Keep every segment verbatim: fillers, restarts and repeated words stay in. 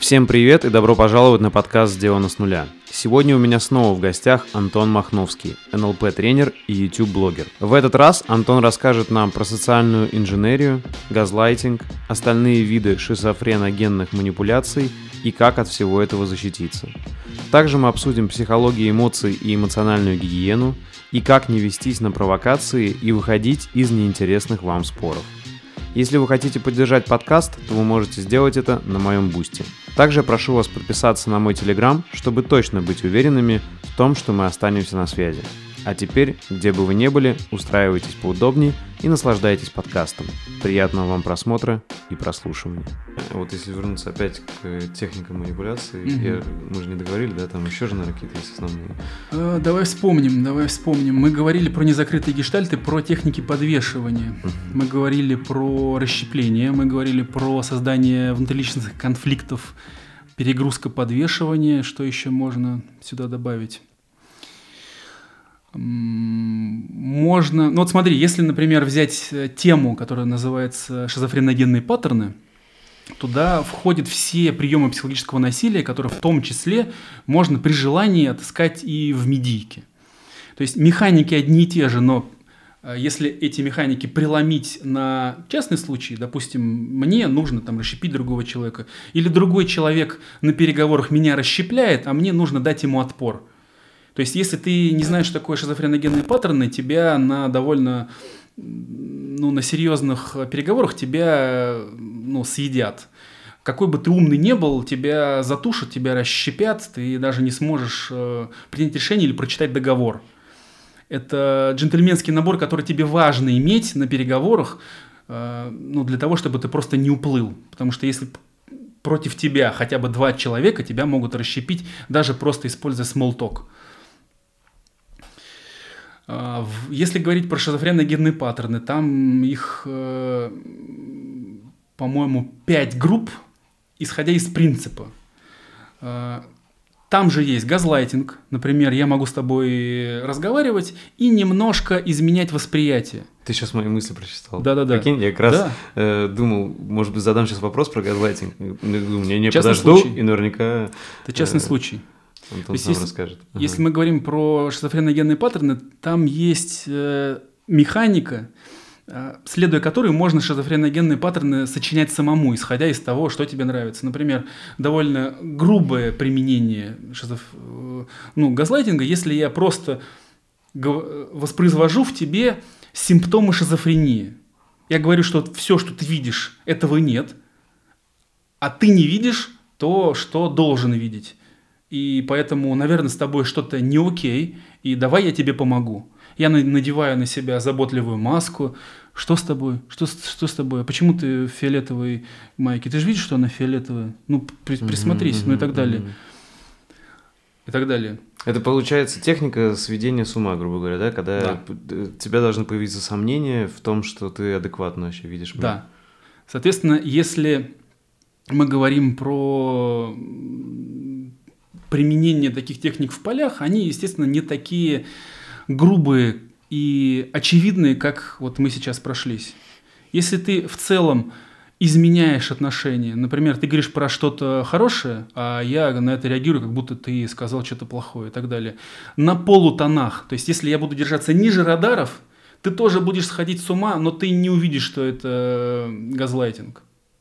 Всем привет и добро пожаловать на подкаст «Сделано с нуля». Сегодня у меня снова в гостях Антон Махновский, эн эл пи-тренер и YouTube-блогер. В этот раз Антон расскажет нам про социальную инженерию, газлайтинг, остальные виды шизофреногенных манипуляций и как от всего этого защититься. Также мы обсудим психологию эмоций и эмоциональную гигиену, и как не вестись на провокации и выходить из неинтересных вам споров. Если вы хотите поддержать подкаст, то вы можете сделать это на моем бусте. Также прошу вас подписаться на мой телеграм, чтобы точно быть уверенными в том, что мы останемся на связи. А теперь, где бы вы ни были, устраивайтесь поудобнее и наслаждайтесь подкастом. Приятного вам просмотра и прослушивания. Вот если вернуться опять к техникам манипуляции, mm-hmm. я, мы же не договорили, да, там еще же, наверное, какие-то есть основные. А, давай вспомним, давай вспомним. Мы говорили про незакрытые гештальты, про техники подвешивания. Mm-hmm. Мы говорили про расщепление, мы говорили про создание внутриличностных конфликтов, перегрузка подвешивания. Что еще можно сюда добавить? Можно... Ну вот смотри, если, например, взять тему, которая называется «шизофреногенные паттерны», туда входят все приемы психологического насилия, которые в том числе можно при желании отыскать и в медийке. То есть механики одни и те же, но если эти механики преломить на частный случай, допустим, мне нужно там расщепить другого человека, или другой человек на переговорах меня расщепляет, а мне нужно дать ему отпор. То есть, если ты не знаешь, что такое шизофреногенные паттерны, тебя на довольно, ну, на серьезных переговорах тебя, ну, съедят. Какой бы ты умный не был, тебя затушат, тебя расщепят, ты даже не сможешь э, принять решение или прочитать договор. Это джентльменский набор, который тебе важно иметь на переговорах, э, ну, для того, чтобы ты просто не уплыл. Потому что если против тебя хотя бы два человека, тебя могут расщепить, даже просто используя small talk. Если говорить про шизофреногенные паттерны, там их, по-моему, пять групп, исходя из принципа. Там же есть газлайтинг. Например, я могу с тобой разговаривать и немножко изменять восприятие. Ты сейчас мои мысли прочитал. Да-да-да. Прикинь, я как раз да. э, думал, может быть, задам сейчас вопрос про газлайтинг. Думаю, не, не частный подожду, случай. И наверняка... Это частный э, случай. Антон сам если, расскажет. Ага. Если мы говорим про шизофреногенные паттерны, там есть э, механика, э, следуя которой можно шизофреногенные паттерны сочинять самому, исходя из того, что тебе нравится. Например, довольно грубое применение шизоф... ну, газлайтинга, если я просто г- воспроизвожу в тебе симптомы шизофрении. Я говорю, что все, что ты видишь, этого нет, а ты не видишь то, что должен видеть. И поэтому, наверное, с тобой что-то не окей, и давай я тебе помогу. Я надеваю на себя заботливую маску. Что с тобой? Что, что с тобой? Почему ты в фиолетовой майке? Ты же видишь, что она фиолетовая? Ну, при, присмотрись, mm-hmm, ну и так далее. Mm-hmm. И так далее. Это получается техника сведения с ума, грубо говоря, да? Когда да. у тебя должны появиться сомнения в том, что ты адекватно вообще видишь мир. Да. Соответственно, если мы говорим про... применение таких техник в полях, они, естественно, не такие грубые и очевидные, как вот мы сейчас прошлись. Если ты в целом изменяешь отношения, например, ты говоришь про что-то хорошее, а я на это реагирую, как будто ты сказал что-то плохое и так далее, на полутонах, то есть если я буду держаться ниже радаров, ты тоже будешь сходить с ума, но ты не увидишь, что это газлайтинг.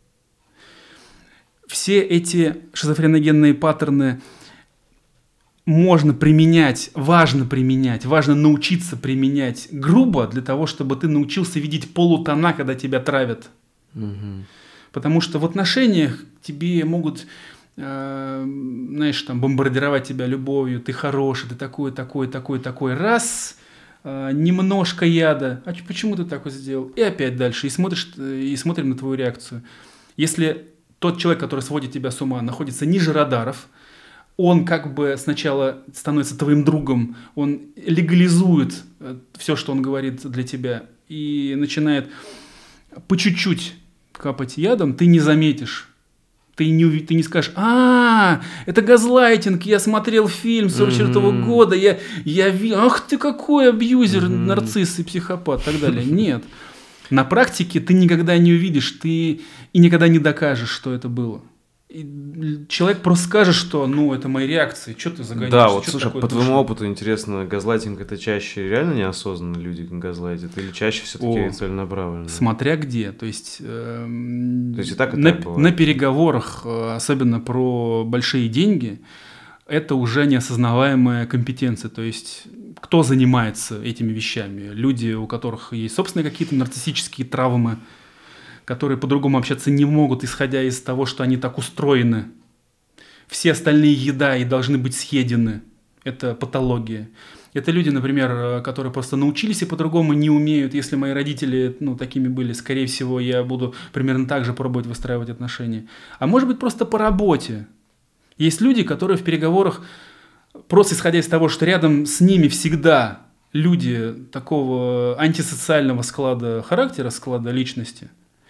Все эти шизофреногенные паттерны можно применять, важно применять, важно научиться применять грубо для того, чтобы ты научился видеть полутона, когда тебя травят. Угу. Потому что в отношениях тебе могут, э, знаешь, там, бомбардировать тебя любовью, ты хороший, ты такой, такой, такой, такой, раз, э, немножко яда, а почему ты так вот сделал? И опять дальше, и смотришь, и смотрим на твою реакцию. Если тот человек, который сводит тебя с ума, находится ниже радаров, он как бы сначала становится твоим другом, он легализует все, что он говорит для тебя, и начинает по чуть-чуть капать ядом, ты не заметишь. Ты не, ты не скажешь: а, это газлайтинг, я смотрел фильм сорок четвёртого mm-hmm. года, я, я видел, ах ты какой абьюзер, mm-hmm. нарцисс и психопат, и так далее. Нет. На практике ты никогда не увидишь, ты и никогда не докажешь, что это было. И человек просто скажет, что, ну, это мои реакции, что ты загоняешь? Да, вот, что слушай, по твоему опыту интересно, газлайтинг это чаще реально неосознанно люди газлайтят или чаще все-таки целенаправленно? Смотря где, то есть, э, то есть и так, и на, так бывает. На переговорах, особенно про большие деньги, это уже неосознаваемая компетенция, то есть кто занимается этими вещами? Люди, у которых есть собственные какие-то нарциссические травмы, которые по-другому общаться не могут, исходя из того, что они так устроены. Все остальные еда и должны быть съедены. Это патология. Это люди, например, которые просто научились и по-другому не умеют. Если мои родители, ну, такими были, скорее всего, я буду примерно так же пробовать выстраивать отношения. А может быть, просто по работе. Есть люди, которые в переговорах, просто исходя из того, что рядом с ними всегда люди такого антисоциального склада характера, склада личности,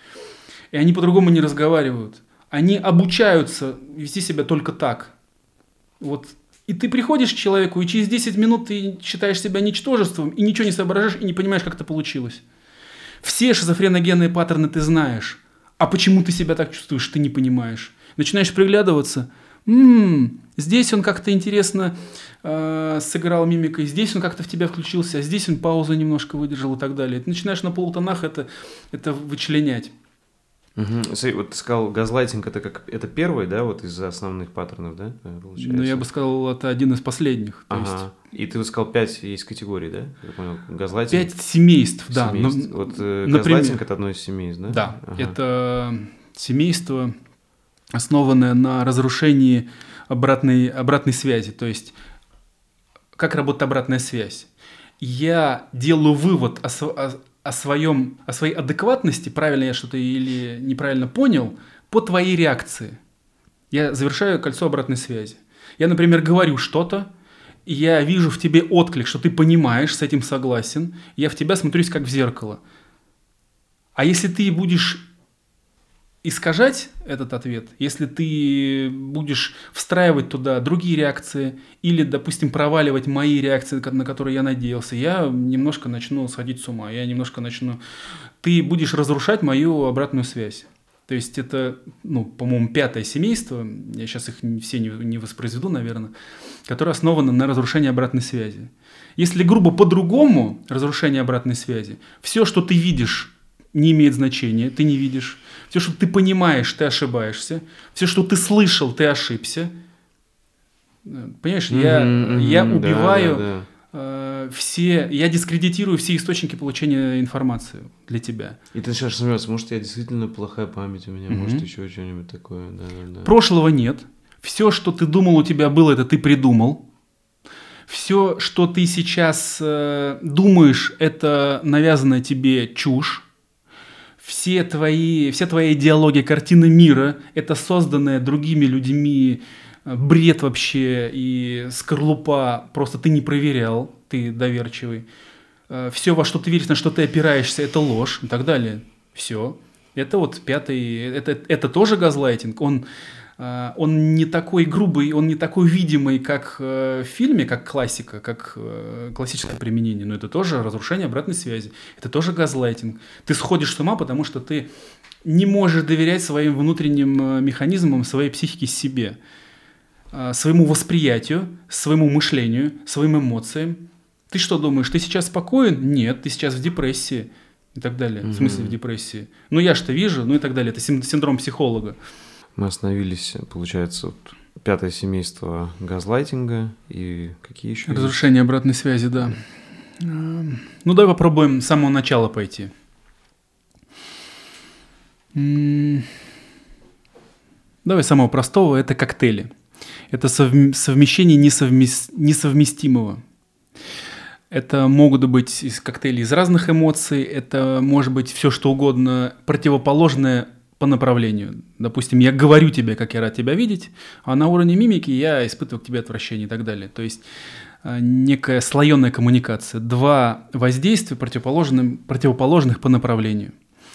и они по-другому не разговаривают. Они обучаются вести себя только так. Вот. И ты приходишь к человеку, и через десять минут ты считаешь себя ничтожеством, и ничего не соображаешь, и не понимаешь, как это получилось. Все шизофреногенные паттерны ты знаешь. А почему ты себя так чувствуешь, ты не понимаешь. Начинаешь приглядываться. М-м, здесь он как-то интересно э, сыграл мимикой, здесь он как-то в тебя включился, а здесь он паузу немножко выдержал и так далее. Ты начинаешь на полутонах это, это вычленять. Угу. Вот ты сказал, газлайтинг это как это первый, да, вот из основных паттернов, да, получается? Ну, я бы сказал, это один из последних. То ага. есть... И ты сказал, пять есть категорий, да? Я понял. Газлайтинг. Пять семейств, да. Семейств. Но, вот э, например, газлайтинг это одно из семейств, да? Да. Ага. Это семейство, основанное на разрушении обратной, обратной связи. То есть, как работает обратная связь? Я делаю вывод о, о О, своем, о своей адекватности, правильно я что-то или неправильно понял, по твоей реакции. Я завершаю кольцо обратной связи. Я, например, говорю что-то, и я вижу в тебе отклик, что ты понимаешь, с этим согласен, и я в тебя смотрюсь как в зеркало. А если ты будешь искажать этот ответ, если ты будешь встраивать туда другие реакции или, допустим, проваливать мои реакции, на которые я надеялся, я немножко начну сходить с ума, я немножко начну... Ты будешь разрушать мою обратную связь. То есть это, ну, по-моему, пятое семейство, я сейчас их все не, не воспроизведу, наверное, которое основано на разрушении обратной связи. Если грубо по-другому разрушение обратной связи, все, что ты видишь, не имеет значения, ты не видишь. Все, что ты понимаешь, ты ошибаешься. Все, что ты слышал, ты ошибся. Понимаешь, mm-hmm, я, mm-hmm, я убиваю да, да, да. Э, все, я дискредитирую все источники получения информации для тебя. И ты начинаешь сомневаться, может, я действительно плохая память у меня, mm-hmm. может, еще что-нибудь такое. Да, да, да. Прошлого нет. Все, что ты думал у тебя было, это ты придумал. Все, что ты сейчас э, думаешь, это навязанная тебе чушь. Все твои, вся твоя идеология картины мира – это созданная другими людьми бред вообще и скорлупа, просто ты не проверял, ты доверчивый. Все, во что ты веришь, на что ты опираешься – это ложь и так далее. Все. Это вот пятый, это, это тоже газлайтинг. Он, он не такой грубый, он не такой видимый, как в фильме, как классика, как классическое применение. Но это тоже разрушение обратной связи. Это тоже газлайтинг. Ты сходишь с ума, потому что ты не можешь доверять своим внутренним механизмам, своей психике себе, своему восприятию, своему мышлению, своим эмоциям. Ты что думаешь, ты сейчас спокоен? Нет, ты сейчас в депрессии. И так далее. Mm-hmm. В смысле в депрессии. Ну я что вижу, ну и так далее. Это синдром психолога. Мы остановились, получается, вот пятое семейство газлайтинга и какие еще? Разрушение есть? Обратной связи, да. Ну давай попробуем с самого начала пойти. Давай с самого простого. Это коктейли. Это совмещение несовмес... несовместимого. Это могут быть коктейли из разных эмоций, это может быть все что угодно, противоположное по направлению. Допустим, я говорю тебе, как я рад тебя видеть, а на уровне мимики я испытываю к тебе отвращение и так далее. То есть некая слоеная коммуникация. Два воздействия противоположных, противоположных по направлению.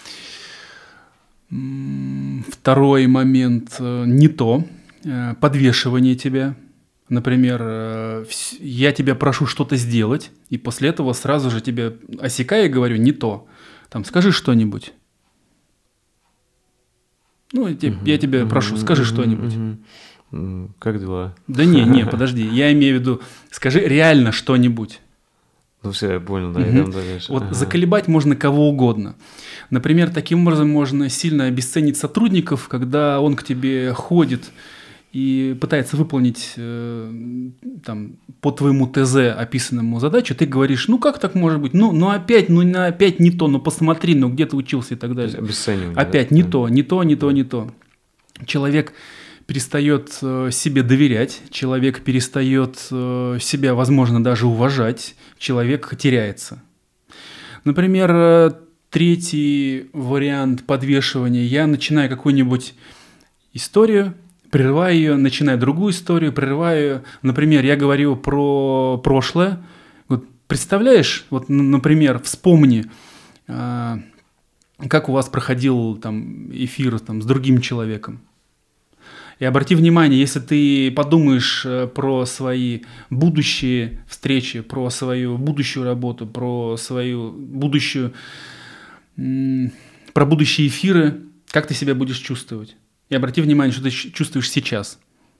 Второй момент не то, подвешивание тебя. Например, я тебя прошу что-то сделать, и после этого сразу же тебе осекаю и говорю не то. Там, скажи что-нибудь. Ну, я, uh-huh, я тебя uh-huh, прошу, скажи uh-huh, что-нибудь. Uh-huh. Как дела? Да не, не, подожди, я имею в виду, скажи реально что-нибудь. Ну все, я понял, да, uh-huh. идем дальше. Вот ага. Заколебать можно кого угодно. Например, таким образом можно сильно обесценить сотрудников, когда он к тебе ходит и пытается выполнить э, там, по твоему ТЗ описанному задачу, ты говоришь, ну как так может быть, ну, ну опять, ну опять не то, ну посмотри, ну где ты учился и так далее. Обесценивание. Опять да? не то, не то, не то, не то. Человек перестает э, себе доверять, человек перестает э, себя, возможно, даже уважать, человек теряется. Например, э, третий вариант подвешивания. Я начинаю какую-нибудь историю, прерываю ее, начинаю другую историю, прерываю ее. Например, я говорю про прошлое. Вот представляешь, вот, например, вспомни, э, как у вас проходил там, эфир там, с другим человеком. И обрати внимание, если ты подумаешь про свои будущие встречи, про свою будущую работу, про свою будущую, про будущие эфиры, как ты себя будешь чувствовать? И обрати внимание, что ты чувствуешь сейчас.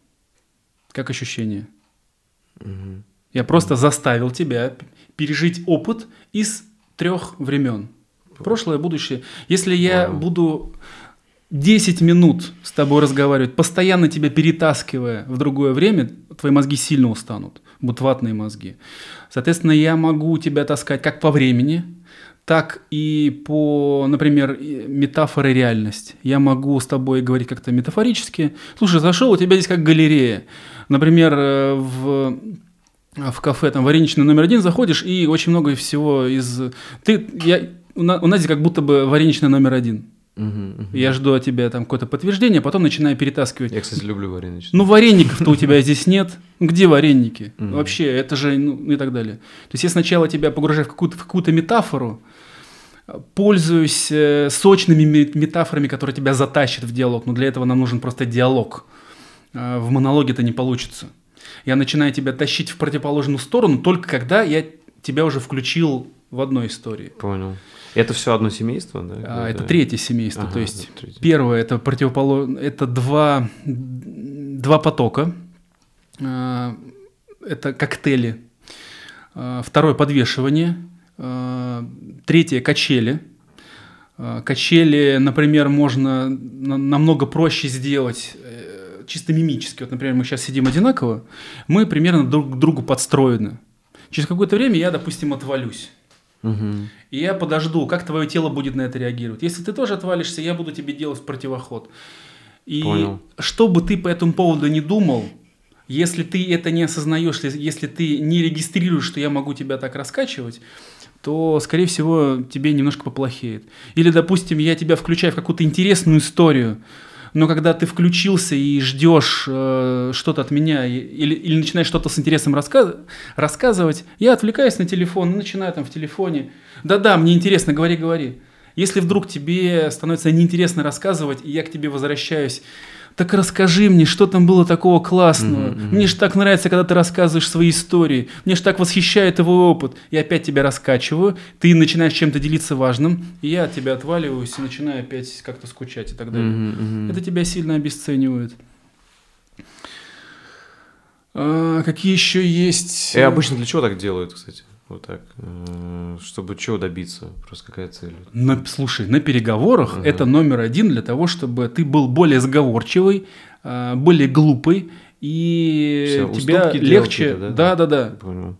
Как ощущение? Угу. Я просто заставил тебя пережить опыт из трех времен. Прошлое, будущее. Если я Вау. буду десять минут с тобой разговаривать, постоянно тебя перетаскивая в другое время, твои мозги сильно устанут, будут ватные мозги. Соответственно, я могу тебя таскать как по времени, так и по, например, метафоры реальность. Я могу с тобой говорить как-то метафорически. Слушай, зашел, у тебя здесь как галерея. Например, в, в кафе там вареничный номер один заходишь, и очень много всего из... Ты, я, у нас здесь как будто бы вареничный номер один. Uh-huh, uh-huh. Я жду от тебя там какое-то подтверждение, потом начинаю перетаскивать. Я, кстати, люблю вареничный. Ну, вареников-то у тебя здесь нет. Где вареники? Uh-huh. Вообще, это же, ну, и так далее. То есть я сначала тебя погружаю в какую-то, в какую-то метафору, пользуюсь э, сочными метафорами, которые тебя затащат в диалог. Но для этого нам нужен просто диалог. Э, в монологе это не получится. Я начинаю тебя тащить в противоположную сторону только когда я тебя уже включил в одной истории. Понял. Это все одно семейство, да? А, это третье семейство. Ага, то есть это первое это противоположно, это два, два потока, это коктейли. Второе подвешивание. Третье качели. Качели, например, можно намного проще сделать чисто мимически. Вот, например, мы сейчас сидим одинаково, мы примерно друг к другу подстроены. Через какое-то время я, допустим, отвалюсь. Угу. И я подожду, как твое тело будет на это реагировать. Если ты тоже отвалишься, я буду тебе делать противоход. И Понял. Что бы ты по этому поводу не думал, если ты это не осознаешь, если ты не регистрируешь, что я могу тебя так раскачивать, то, скорее всего, тебе немножко поплохеет. Или, допустим, я тебя включаю в какую-то интересную историю, но когда ты включился и ждешь э, что-то от меня или, или начинаешь что-то с интересом рассказ- рассказывать, я отвлекаюсь на телефон, начинаю там в телефоне. Да-да, мне интересно, говори, говори. Если вдруг тебе становится неинтересно рассказывать, и я к тебе возвращаюсь, так расскажи мне, что там было такого классного. Mm-hmm, mm-hmm. Мне же так нравится, когда ты рассказываешь свои истории. Мне же так восхищает твой опыт. Я опять тебя раскачиваю, ты начинаешь чем-то делиться важным, и я от тебя отваливаюсь и начинаю опять как-то скучать и так далее. Mm-hmm, mm-hmm. Это тебя сильно обесценивает. А, какие еще есть... И обычно для чего так делают, кстати? Вот так, чтобы чего добиться, просто какая цель? На, слушай, на переговорах ага. это номер один для того, чтобы ты был более сговорчивый, более глупый, и Все, тебя легче... Да, да, да. да. Понял.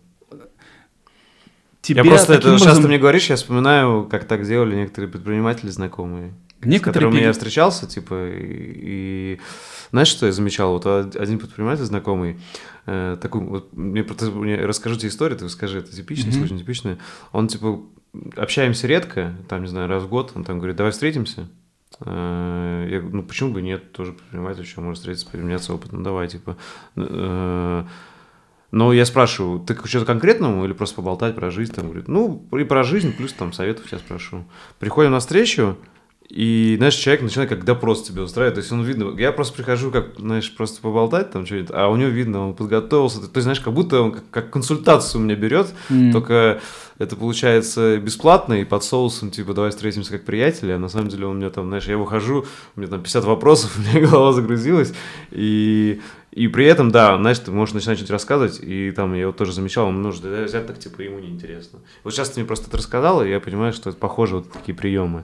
Я просто, это образом... часто мне говоришь, я вспоминаю, как так делали некоторые предприниматели знакомые, некоторые с которыми пере... я встречался, типа, и, и знаешь, что я замечал? Вот один предприниматель знакомый, э, такой, вот, мне, мне расскажу тебе историю, ты скажи, это типичный, mm-hmm. случай, нетипичный. Он, типа, общаемся редко, там, не знаю, раз в год, он там говорит, давай встретимся. Э, я говорю, ну, почему бы нет, тоже предприниматель, еще может встретиться, поменяться опытом, давай, типа... Э, Но я спрашиваю, ты что-то конкретному или просто поболтать про жизнь? Там говорит, ну, и про жизнь, плюс там советов я спрошу. Приходим на встречу, И, знаешь, человек начинает как допрос тебе устраивать, то есть он видно, я просто прихожу, как, знаешь, просто поболтать там что-нибудь, а у него видно, он подготовился, то есть, знаешь, как будто он как, как консультацию у меня берет, mm. только это получается бесплатно и под соусом, типа, давай встретимся как приятели, а на самом деле он у меня там, знаешь, я выхожу, у меня там пятьдесят вопросов, у меня голова загрузилась, и... И при этом, да, знаешь, ты можешь начинать что-то рассказывать, и там я вот тоже замечал, ему нужно взять так, типа, ему неинтересно. Вот сейчас ты мне просто это рассказал, и я понимаю, что это похоже вот такие приемы.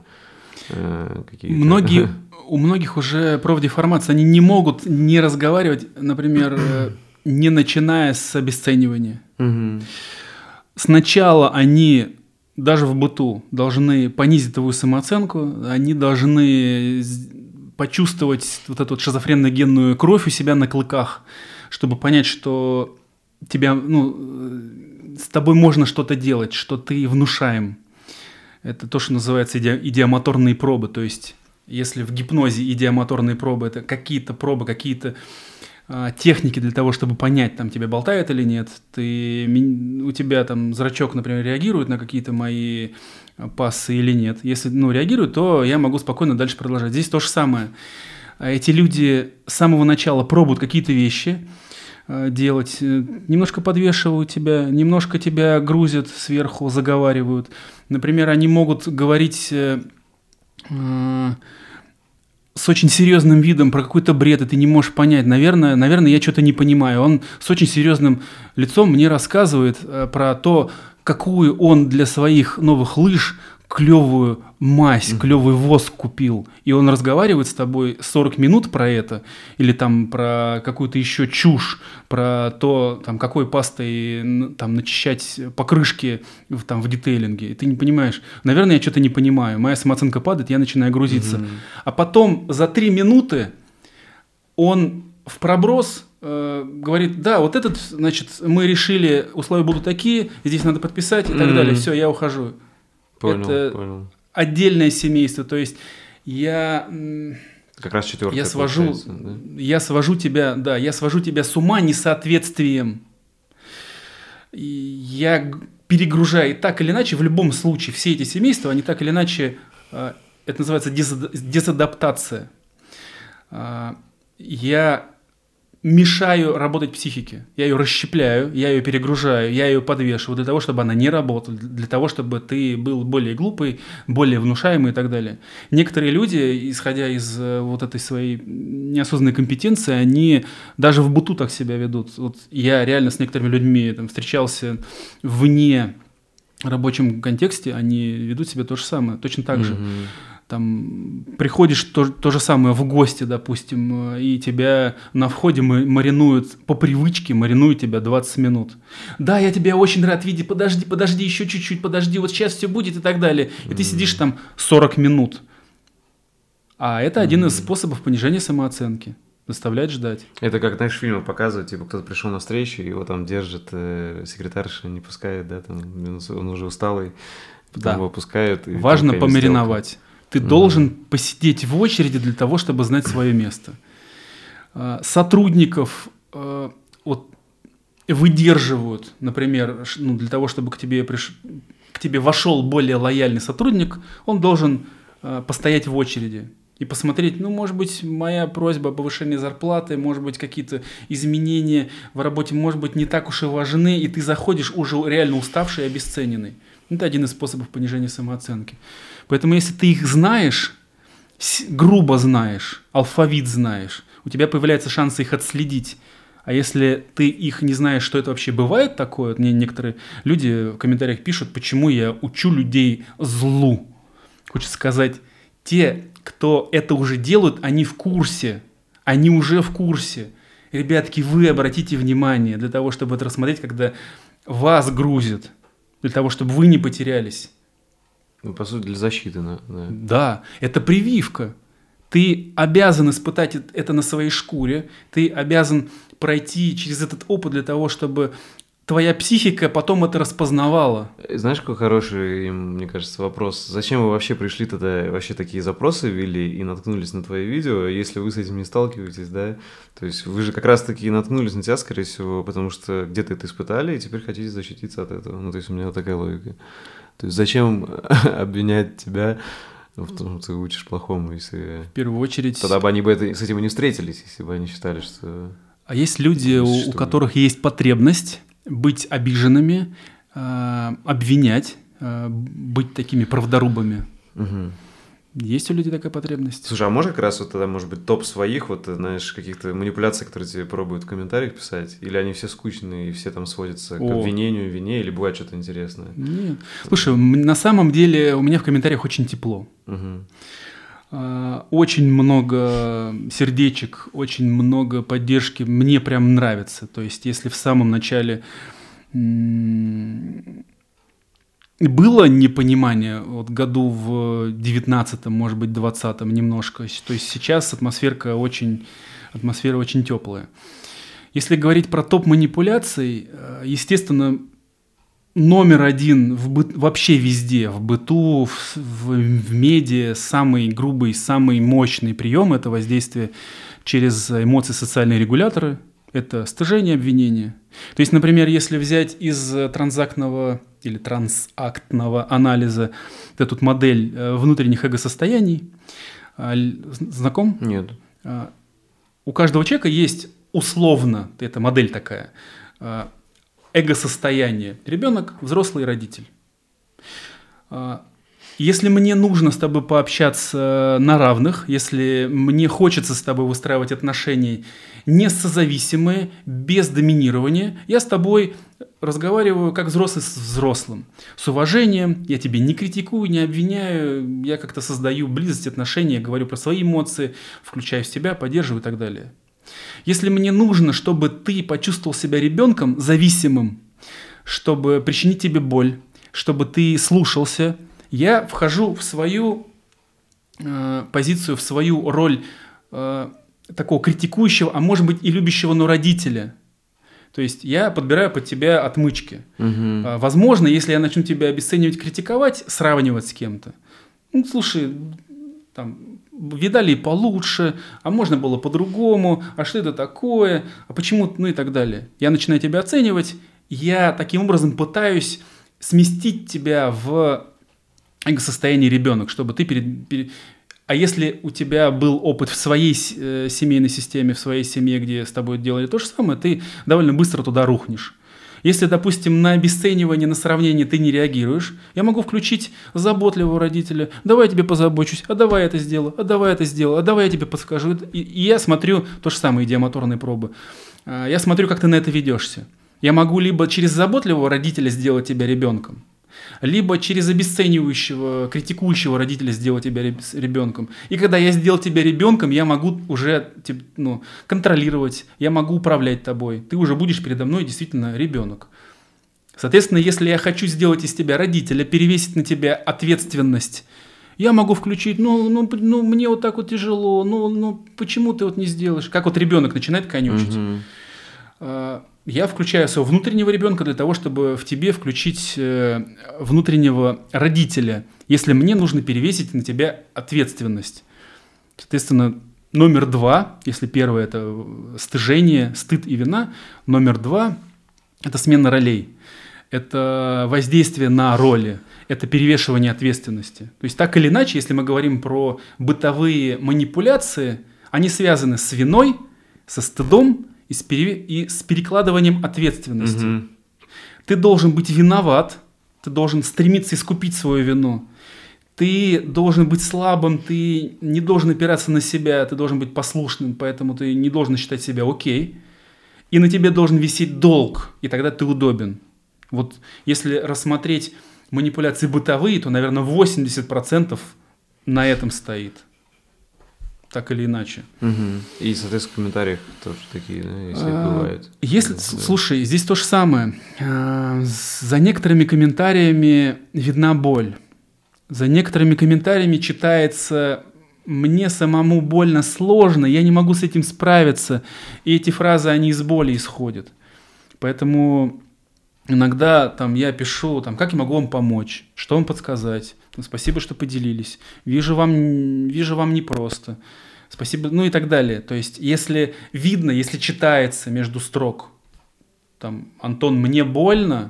Многие, у многих уже профдеформация, они не могут не разговаривать, например, не начиная с обесценивания. Угу. Сначала они, даже в быту, должны понизить твою самооценку, они должны почувствовать вот эту вот шизофренно-генную кровь у себя на клыках, чтобы понять, что тебя, ну, с тобой можно что-то делать, что ты внушаем. Это то, что называется иди- идиомоторные пробы. То есть, если в гипнозе идиомоторные пробы – это какие-то пробы, какие-то а, техники для того, чтобы понять, там тебя болтает или нет. Ты, у тебя там зрачок, например, реагирует на какие-то мои пассы или нет. Если ну, реагирует, то я могу спокойно дальше продолжать. Здесь то же самое. Эти люди с самого начала пробуют какие-то вещи делать, немножко подвешивают тебя, немножко тебя грузят сверху, заговаривают. Например, они могут говорить э, э, с очень серьезным видом про какой-то бред, и ты не можешь понять. Наверное, наверное, я что-то не понимаю. Он с очень серьезным лицом мне рассказывает э, про то, какую он для своих новых лыж клевую мазь, mm-hmm. клевый воск купил, и он разговаривает с тобой сорок минут про это, или там про какую-то еще чушь, про то, там, какой пастой там, начищать покрышки в, там, в детейлинге, и ты не понимаешь, наверное, я что-то не понимаю, моя самооценка падает, я начинаю грузиться. Mm-hmm. А потом за три минуты он в проброс э, говорит, да, вот этот, значит, мы решили, условия будут такие, здесь надо подписать и так mm-hmm. далее, все, я ухожу. Понял, это понял. Отдельное семейство, то есть я как раз четвертое я свожу, да? я свожу тебя, да, я свожу тебя с ума несоответствием. И я перегружаю, так или иначе, в любом случае, все эти семейства, они так или иначе, это называется дезадаптация. Я мешаю работать психике. Я ее расщепляю, я ее перегружаю, я ее подвешиваю для того, чтобы она не работала, для того, чтобы ты был более глупый, более внушаемый и так далее. Некоторые люди, исходя из вот этой своей неосознанной компетенции, они даже в быту так себя ведут. Вот я реально с некоторыми людьми там, встречался вне рабочем контексте, они ведут себя то же самое, точно так же. Mm-hmm. Там приходишь то, то же самое в гости, допустим, и тебя на входе маринуют, по привычке маринуют тебя двадцать минут. Да, я тебя очень рад видеть, подожди, подожди, еще чуть-чуть, подожди, вот сейчас все будет и так далее. И mm-hmm. ты сидишь там сорок минут. А это mm-hmm. один из способов понижения самооценки. Заставлять ждать. Это как, знаешь, в фильмах показывают, типа, кто-то пришел на встречу, его там держит э, секретарша, не пускает, да, там, он уже усталый, потом да. его пускают. И важно помариновать. Ты mm-hmm. должен посидеть в очереди для того, чтобы знать свое место. Сотрудников вот, выдерживают, например, ну, для того, чтобы к тебе, приш... к тебе вошел более лояльный сотрудник, он должен постоять в очереди и посмотреть, ну, может быть, моя просьба о повышении зарплаты, может быть, какие-то изменения в работе, может быть, не так уж и важны, и ты заходишь уже реально уставший и обесцененный. Это один из способов понижения самооценки. Поэтому если ты их знаешь, грубо знаешь, алфавит знаешь, у тебя появляется шанс их отследить. А если ты их не знаешь, что это вообще бывает такое, мне некоторые люди в комментариях пишут, почему я учу людей злу. Хочется сказать, те, кто это уже делают, они в курсе, они уже в курсе. Ребятки, вы обратите внимание для того, чтобы это рассмотреть, когда вас грузят, для того, чтобы вы не потерялись. Ну, по сути, для защиты. Да, да, это прививка. Ты обязан испытать это на своей шкуре, ты обязан пройти через этот опыт для того, чтобы твоя психика потом это распознавала. Знаешь, какой хороший, мне кажется, вопрос. Зачем вы вообще пришли тогда, вообще такие запросы ввели и наткнулись на твои видео, если вы с этим не сталкиваетесь, да? То есть вы же как раз-таки наткнулись на тебя, скорее всего, потому что где-то это испытали, и теперь хотите защититься от этого. Ну, то есть у меня вот такая логика. То есть зачем обвинять тебя Ну, в том, ты учишь плохому, если... В первую очередь... Тогда бы они бы это, с этим и не встретились, если бы они считали, что... А есть люди, у, у которых есть потребность быть обиженными, э, обвинять, э, быть такими правдорубами. Угу. Есть у людей такая потребность? Слушай, а можно как раз вот тогда, может быть, топ своих, вот, знаешь, каких-то манипуляций, которые тебе пробуют в комментариях писать? Или они все скучные и все там сводятся к О. обвинению, вине, или бывает что-то интересное? Нет. Слушай, на самом деле у меня в комментариях очень тепло. Угу. Очень много сердечек, очень много поддержки. Мне прям нравится. То есть, если в самом начале... Было непонимание вот году в девятнадцатом, может быть, двадцатом немножко. То есть сейчас атмосферка очень, атмосфера очень теплая. Если говорить про топ манипуляций, естественно, номер один в быт, вообще везде, в быту, в, в, в медиа, самый грубый, самый мощный прием – это воздействие через эмоции, социальные регуляторы. Это стыжение, обвинение. То есть, например, если взять из транзактного или трансактного анализа вот эту модель внутренних эго-состояний, знаком? Нет. У каждого человека есть условно, это модель такая, эго-состояние. Ребенок, взрослый, родитель. Если мне нужно с тобой пообщаться на равных, если мне хочется с тобой выстраивать отношения не созависимые, без доминирования, я с тобой разговариваю как взрослый с взрослым, с уважением, я тебя не критикую, не обвиняю, я как-то создаю близость, отношения, говорю про свои эмоции, включаю в себя, поддерживаю и так далее. Если мне нужно, чтобы ты почувствовал себя ребенком зависимым, чтобы причинить тебе боль, чтобы ты слушался, я вхожу в свою э, позицию, в свою роль э, такого критикующего, а может быть и любящего, но родителя. То есть я подбираю под тебя отмычки. Угу. Э, возможно, если я начну тебя обесценивать, критиковать, сравнивать с кем-то, ну, слушай, там, видали и получше, а можно было по-другому, а что это такое, а почему, ну и так далее. Я начинаю тебя оценивать, я таким образом пытаюсь сместить тебя в эго-состояние ребенок, чтобы ты перед, перед... А если у тебя был опыт в своей э, семейной системе, в своей семье, где с тобой делали то же самое, ты довольно быстро туда рухнешь. Если, допустим, на обесценивание, на сравнение ты не реагируешь, я могу включить заботливого родителя. Давай я тебе позабочусь, а давай это сделаю, а давай это сделаю, а давай я тебе подскажу. И, и я смотрю, то же самое, идиомоторные пробы. Я смотрю, как ты на это ведешься. Я могу либо через заботливого родителя сделать тебя ребенком, либо через обесценивающего, критикующего родителя сделать тебя ребенком. И когда я сделал тебя ребенком, я могу уже ну, контролировать, я могу управлять тобой. Ты уже будешь передо мной действительно ребенок. Соответственно, если я хочу сделать из тебя родителя, перевесить на тебя ответственность, я могу включить, ну, ну, ну мне вот так вот тяжело, ну, ну почему ты вот не сделаешь? Как вот ребенок начинает конючить. Mm-hmm. Я включаю своего внутреннего ребенка для того, чтобы в тебе включить внутреннего родителя, если мне нужно перевесить на тебя ответственность. Соответственно, номер два, если первое – это стыжение, стыд и вина, номер два – это смена ролей, это воздействие на роли, это перевешивание ответственности. То есть так или иначе, если мы говорим про бытовые манипуляции, они связаны с виной, со стыдом, И с, пере... и с перекладыванием ответственности. Угу. Ты должен быть виноват, ты должен стремиться искупить свою вину, ты должен быть слабым, ты не должен опираться на себя, ты должен быть послушным, поэтому ты не должен считать себя окей. И на тебе должен висеть долг, и тогда ты удобен. Вот если рассмотреть манипуляции бытовые, то, наверное, восемьдесят процентов на этом стоит. Так или иначе. Угу. И, соответственно, в комментариях тоже такие, да, если а, бывает. Если, да. Слушай, здесь то же самое. За некоторыми комментариями видна боль. За некоторыми комментариями читается «мне самому больно, сложно, я не могу с этим справиться». И эти фразы, они из боли исходят. Поэтому иногда там, я пишу, там, как я могу вам помочь, что вам подсказать. Спасибо, что поделились. Вижу вам, вижу вам непросто. Спасибо, ну и так далее. То есть, если видно, если читается между строк, там, Антон, мне больно,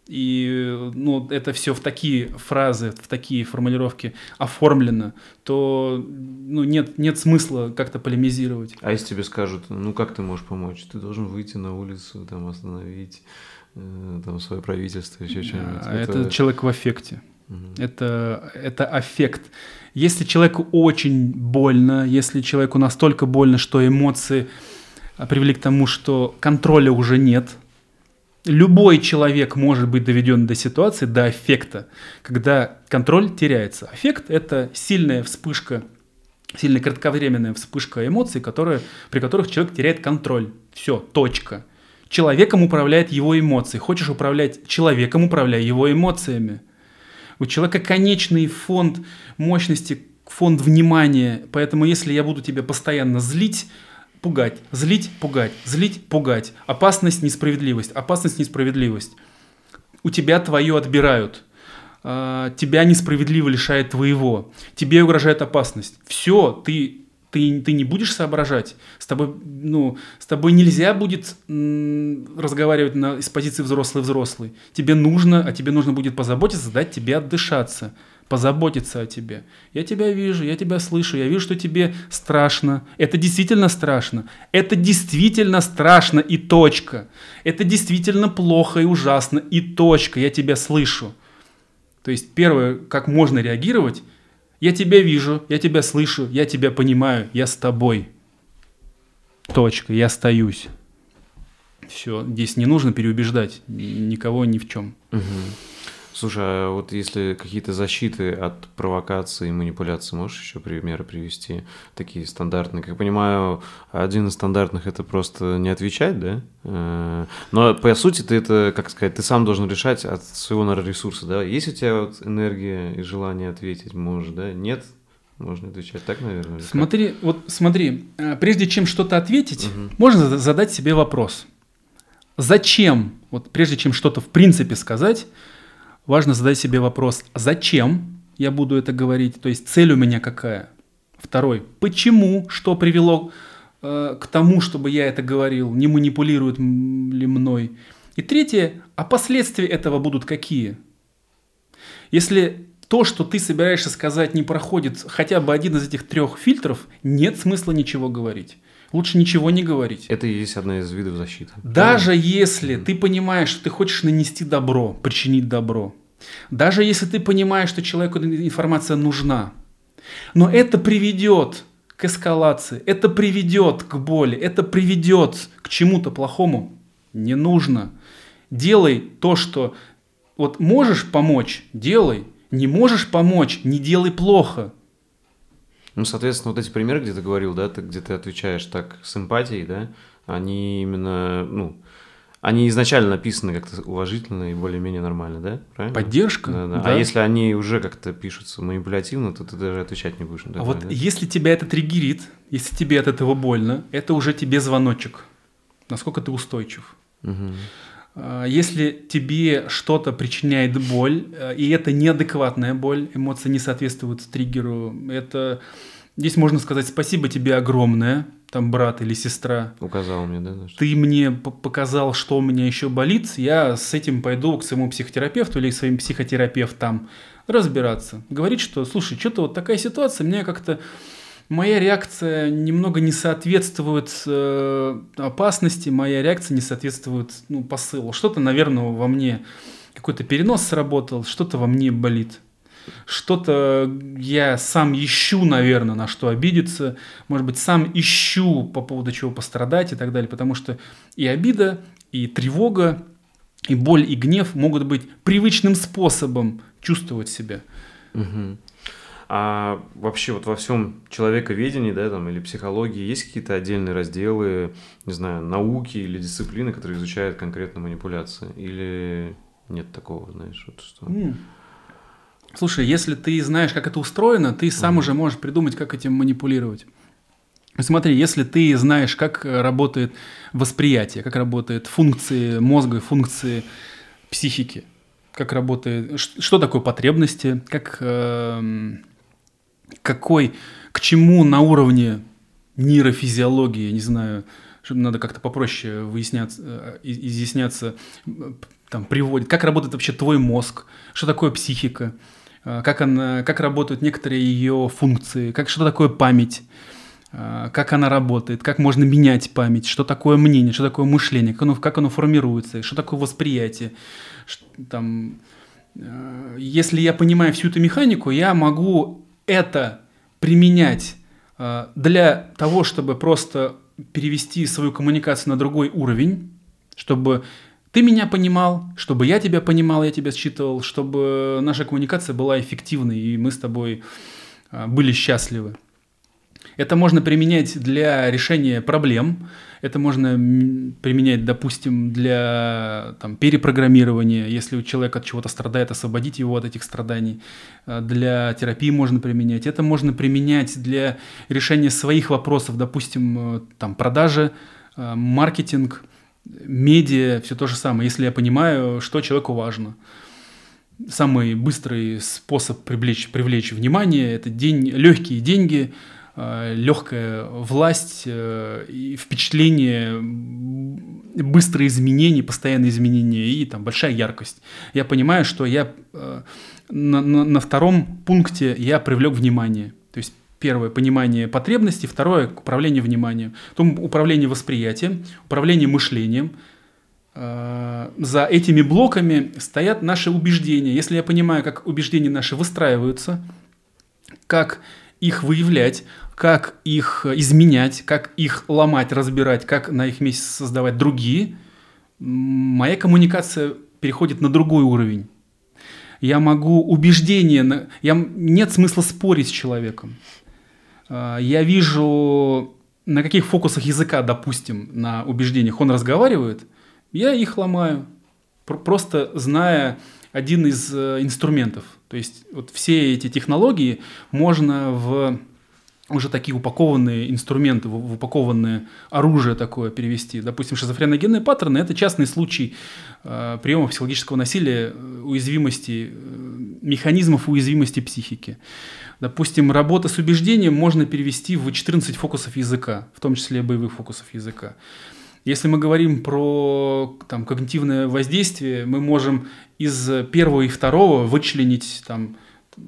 и ну, это все в такие фразы, в такие формулировки оформлено, то ну, нет, нет смысла как-то полемизировать. А если тебе скажут, ну как ты можешь помочь? Ты должен выйти на улицу, там, остановить э, там, свое правительство, еще что-нибудь. А, это... это человек в аффекте. Угу. Это, это аффект. Если человеку очень больно, если человеку настолько больно, что эмоции привели к тому, что контроля уже нет, любой человек может быть доведен до ситуации, до аффекта, когда контроль теряется. Аффект – это сильная вспышка, сильная кратковременная вспышка эмоций, которые, при которых человек теряет контроль. Все, точка. Человеком управляет его эмоции. Хочешь управлять человеком, управляй его эмоциями. У человека конечный фонд мощности, фонд внимания. Поэтому если я буду тебя постоянно злить, пугать, злить, пугать, злить, пугать. Опасность, несправедливость, опасность, несправедливость. У тебя твое отбирают. Тебя несправедливо лишает твоего. Тебе угрожает опасность. Все, ты, ты, ты не будешь соображать. С тобой, ну, с тобой нельзя будет м, разговаривать на, с позиции взрослый-взрослый. Тебе нужно, а тебе нужно будет позаботиться, дать тебе отдышаться. Позаботиться о тебе. Я тебя вижу, я тебя слышу, я вижу, что тебе страшно. Это действительно страшно. Это действительно страшно и точка. Это действительно плохо и ужасно и точка. Я тебя слышу. То есть первое, как можно реагировать, я тебя вижу, я тебя слышу, я тебя понимаю, я с тобой. Точка, я остаюсь. Все, здесь не нужно переубеждать никого ни в чем. Угу. Слушай, а вот если какие-то защиты от провокации и манипуляции, можешь еще примеры привести, такие стандартные? Как я понимаю, один из стандартных – это просто не отвечать, да? Но по сути ты это, как сказать, ты сам должен решать от своего, наверное, ресурса, да? Есть у тебя вот энергия и желание ответить, можешь, да? Нет? Можно отвечать так, наверное? Смотри, как? вот смотри, прежде чем что-то ответить, угу. можно задать себе вопрос. Зачем, вот прежде чем что-то в принципе сказать, важно задать себе вопрос, зачем я буду это говорить, то есть цель у меня какая. Второй, почему, что привело э, к тому, чтобы я это говорил, не манипулирует ли мной. И третье, а последствия этого будут какие? Если то, что ты собираешься сказать, не проходит хотя бы один из этих трех фильтров, нет смысла ничего говорить. Лучше ничего не говорить. Это и есть одна из видов защиты. Даже да? если ты понимаешь, что ты хочешь нанести добро, причинить добро, даже если ты понимаешь, что человеку информация нужна, но это приведет к эскалации, это приведет к боли, это приведет к чему-то плохому, не нужно. Делай то, что вот можешь помочь, делай, не можешь помочь, не делай плохо. Ну, соответственно, вот эти примеры, где ты говорил, да, ты, где ты отвечаешь так с эмпатией, да, они именно, ну, они изначально написаны как-то уважительно и более-менее нормально, да? Правильно? Поддержка. Да, да. Да. А если они уже как-то пишутся манипулятивно, то ты даже отвечать не будешь. А такое, вот да? если тебя это триггерит, если тебе от этого больно, это уже тебе звоночек. Насколько ты устойчив. Угу. Если тебе что-то причиняет боль, и это неадекватная боль, эмоции не соответствуют триггеру, это здесь можно сказать спасибо тебе огромное, там брат или сестра. Указал мне, да? Ты мне показал, что у меня еще болит, я с этим пойду к своему психотерапевту или к своим психотерапевтам разбираться. Говорить, что, слушай, что-то вот такая ситуация, мне как-то моя реакция немного не соответствует э, опасности, моя реакция не соответствует ну, посылу. Что-то, наверное, во мне, какой-то перенос сработал, что-то во мне болит. Что-то я сам ищу, наверное, на что обидеться. Может быть, сам ищу по поводу чего пострадать и так далее. Потому что и обида, и тревога, и боль, и гнев могут быть привычным способом чувствовать себя. Угу. А вообще вот во всем человековедении, да, там, или психологии есть какие-то отдельные разделы, не знаю, науки или дисциплины, которые изучают конкретно манипуляции? Или нет такого, знаешь, вот что? Mm. Слушай, если ты знаешь, как это устроено, ты сам uh-huh. уже можешь придумать, как этим манипулировать. Смотри, если ты знаешь, как работает восприятие, как работают функции мозга, функции психики, как работает, что такое потребности, как, э, какой, к чему на уровне нейрофизиологии, не знаю, надо как-то попроще выясняться, изъясняться, там, приводит, как работает вообще твой мозг, что такое психика, как, она, как работают некоторые ее функции, как, что такое память, как она работает, как можно менять память, что такое мнение, что такое мышление, как оно, как оно формируется, что такое восприятие. Там, если я понимаю всю эту механику, я могу это применять для того, чтобы просто перевести свою коммуникацию на другой уровень, чтобы ты меня понимал, чтобы я тебя понимал, я тебя считывал, чтобы наша коммуникация была эффективной, и мы с тобой были счастливы. Это можно применять для решения проблем, это можно применять, допустим, для там, перепрограммирования, если у человека от чего-то страдает, освободить его от этих страданий. Для терапии можно применять. Это можно применять для решения своих вопросов, допустим, там, продажи, маркетинг, медиа, все то же самое, если я понимаю, что человеку важно. Самый быстрый способ привлечь, привлечь внимание – это день, легкие деньги, легкая власть и впечатление, быстрые изменения, постоянные изменения и там, большая яркость. Я понимаю, что я на, на, на втором пункте я привлек внимание. То есть первое – понимание потребностей, второе – управление вниманием, потом управление восприятием, управление мышлением. За этими блоками стоят наши убеждения. Если я понимаю, как убеждения наши выстраиваются, как их выявлять, как их изменять, как их ломать, разбирать, как на их месте создавать другие, моя коммуникация переходит на другой уровень. Я могу убеждения, я, нет смысла спорить с человеком. Я вижу, на каких фокусах языка, допустим, на убеждениях он разговаривает, я их ломаю, просто зная один из инструментов. То есть вот все эти технологии можно в уже такие упакованные инструменты, в упакованное оружие такое перевести. Допустим, шизофреногенные паттерны – это частный случай э, приема психологического насилия, уязвимости, э, механизмов уязвимости психики. Допустим, работа с убеждением можно перевести в четырнадцать фокусов языка, в том числе боевых фокусов языка. Если мы говорим про там, когнитивное воздействие, мы можем из первого и второго вычленить там,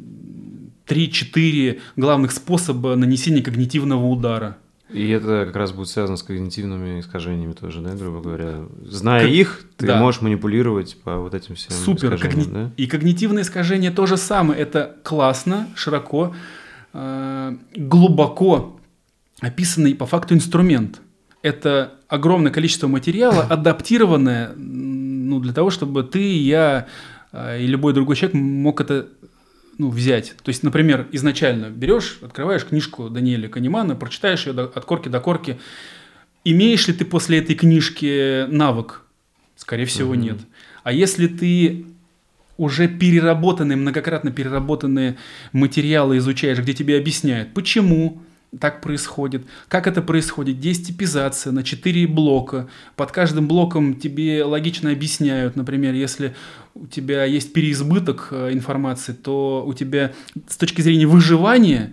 три-четыре главных способа нанесения когнитивного удара. И это как раз будет связано с когнитивными искажениями тоже, да, грубо говоря. Зная как... их, ты да. можешь манипулировать по вот этим всем Супер. искажениям. Когни... Да? И когнитивные искажения то же самое. Это классно, широко, э, глубоко описанный по факту инструмент. Это огромное количество материала, адаптированное ну, для того, чтобы ты, я э, и любой другой человек мог это ну, взять. То есть, например, изначально берешь, открываешь книжку Даниэля Канемана, прочитаешь ее до, от корки до корки. Имеешь ли ты после этой книжки навык? Скорее всего, mm-hmm. нет. А если ты уже переработанные, многократно переработанные материалы изучаешь, где тебе объясняют, почему так происходит, как это происходит, где есть типизация на четыре блока, под каждым блоком тебе логично объясняют, например, если у тебя есть переизбыток информации, то у тебя с точки зрения выживания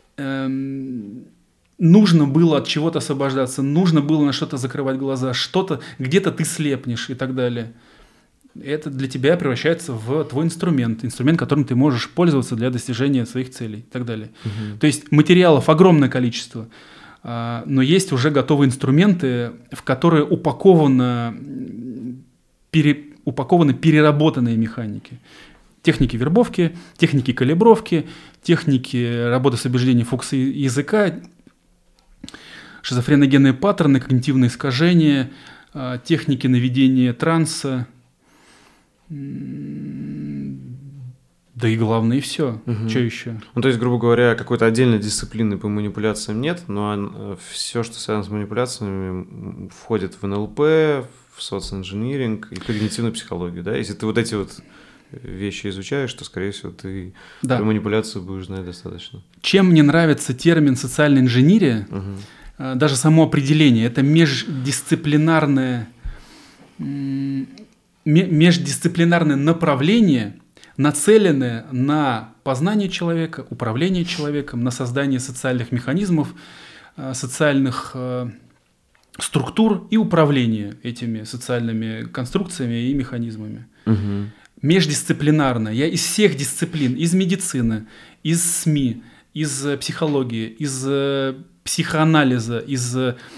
эм, нужно было от чего-то освобождаться, нужно было на что-то закрывать глаза, что-то, где-то ты слепнешь и так далее. Это для тебя превращается в твой инструмент, инструмент, которым ты можешь пользоваться для достижения своих целей и так далее. Угу. То есть материалов огромное количество, но есть уже готовые инструменты, в которые упаковано, пере, упакованы переработанные механики. Техники вербовки, техники калибровки, техники работы с убеждением фокуса языка, шизофреногенные паттерны, когнитивные искажения, техники наведения транса. Да и главное, и все. Угу. Что еще? Ну, то есть, грубо говоря, какой-то отдельной дисциплины по манипуляциям нет, но все, что связано с манипуляциями, входит в эн эл пэ, в социоинжиниринг и когнитивную психологию, да? Если ты вот эти вот вещи изучаешь, то, скорее всего, ты да. про манипуляцию будешь знать достаточно. Чем мне нравится термин «социальная инженерия», угу. даже само определение, это междисциплинарное... междисциплинарное направление, нацеленное на познание человека, управление человеком, на создание социальных механизмов, социальных структур и управления этими социальными конструкциями и механизмами. Угу. Междисциплинарно. Я из всех дисциплин, из медицины, из СМИ, из психологии, из психоанализа, из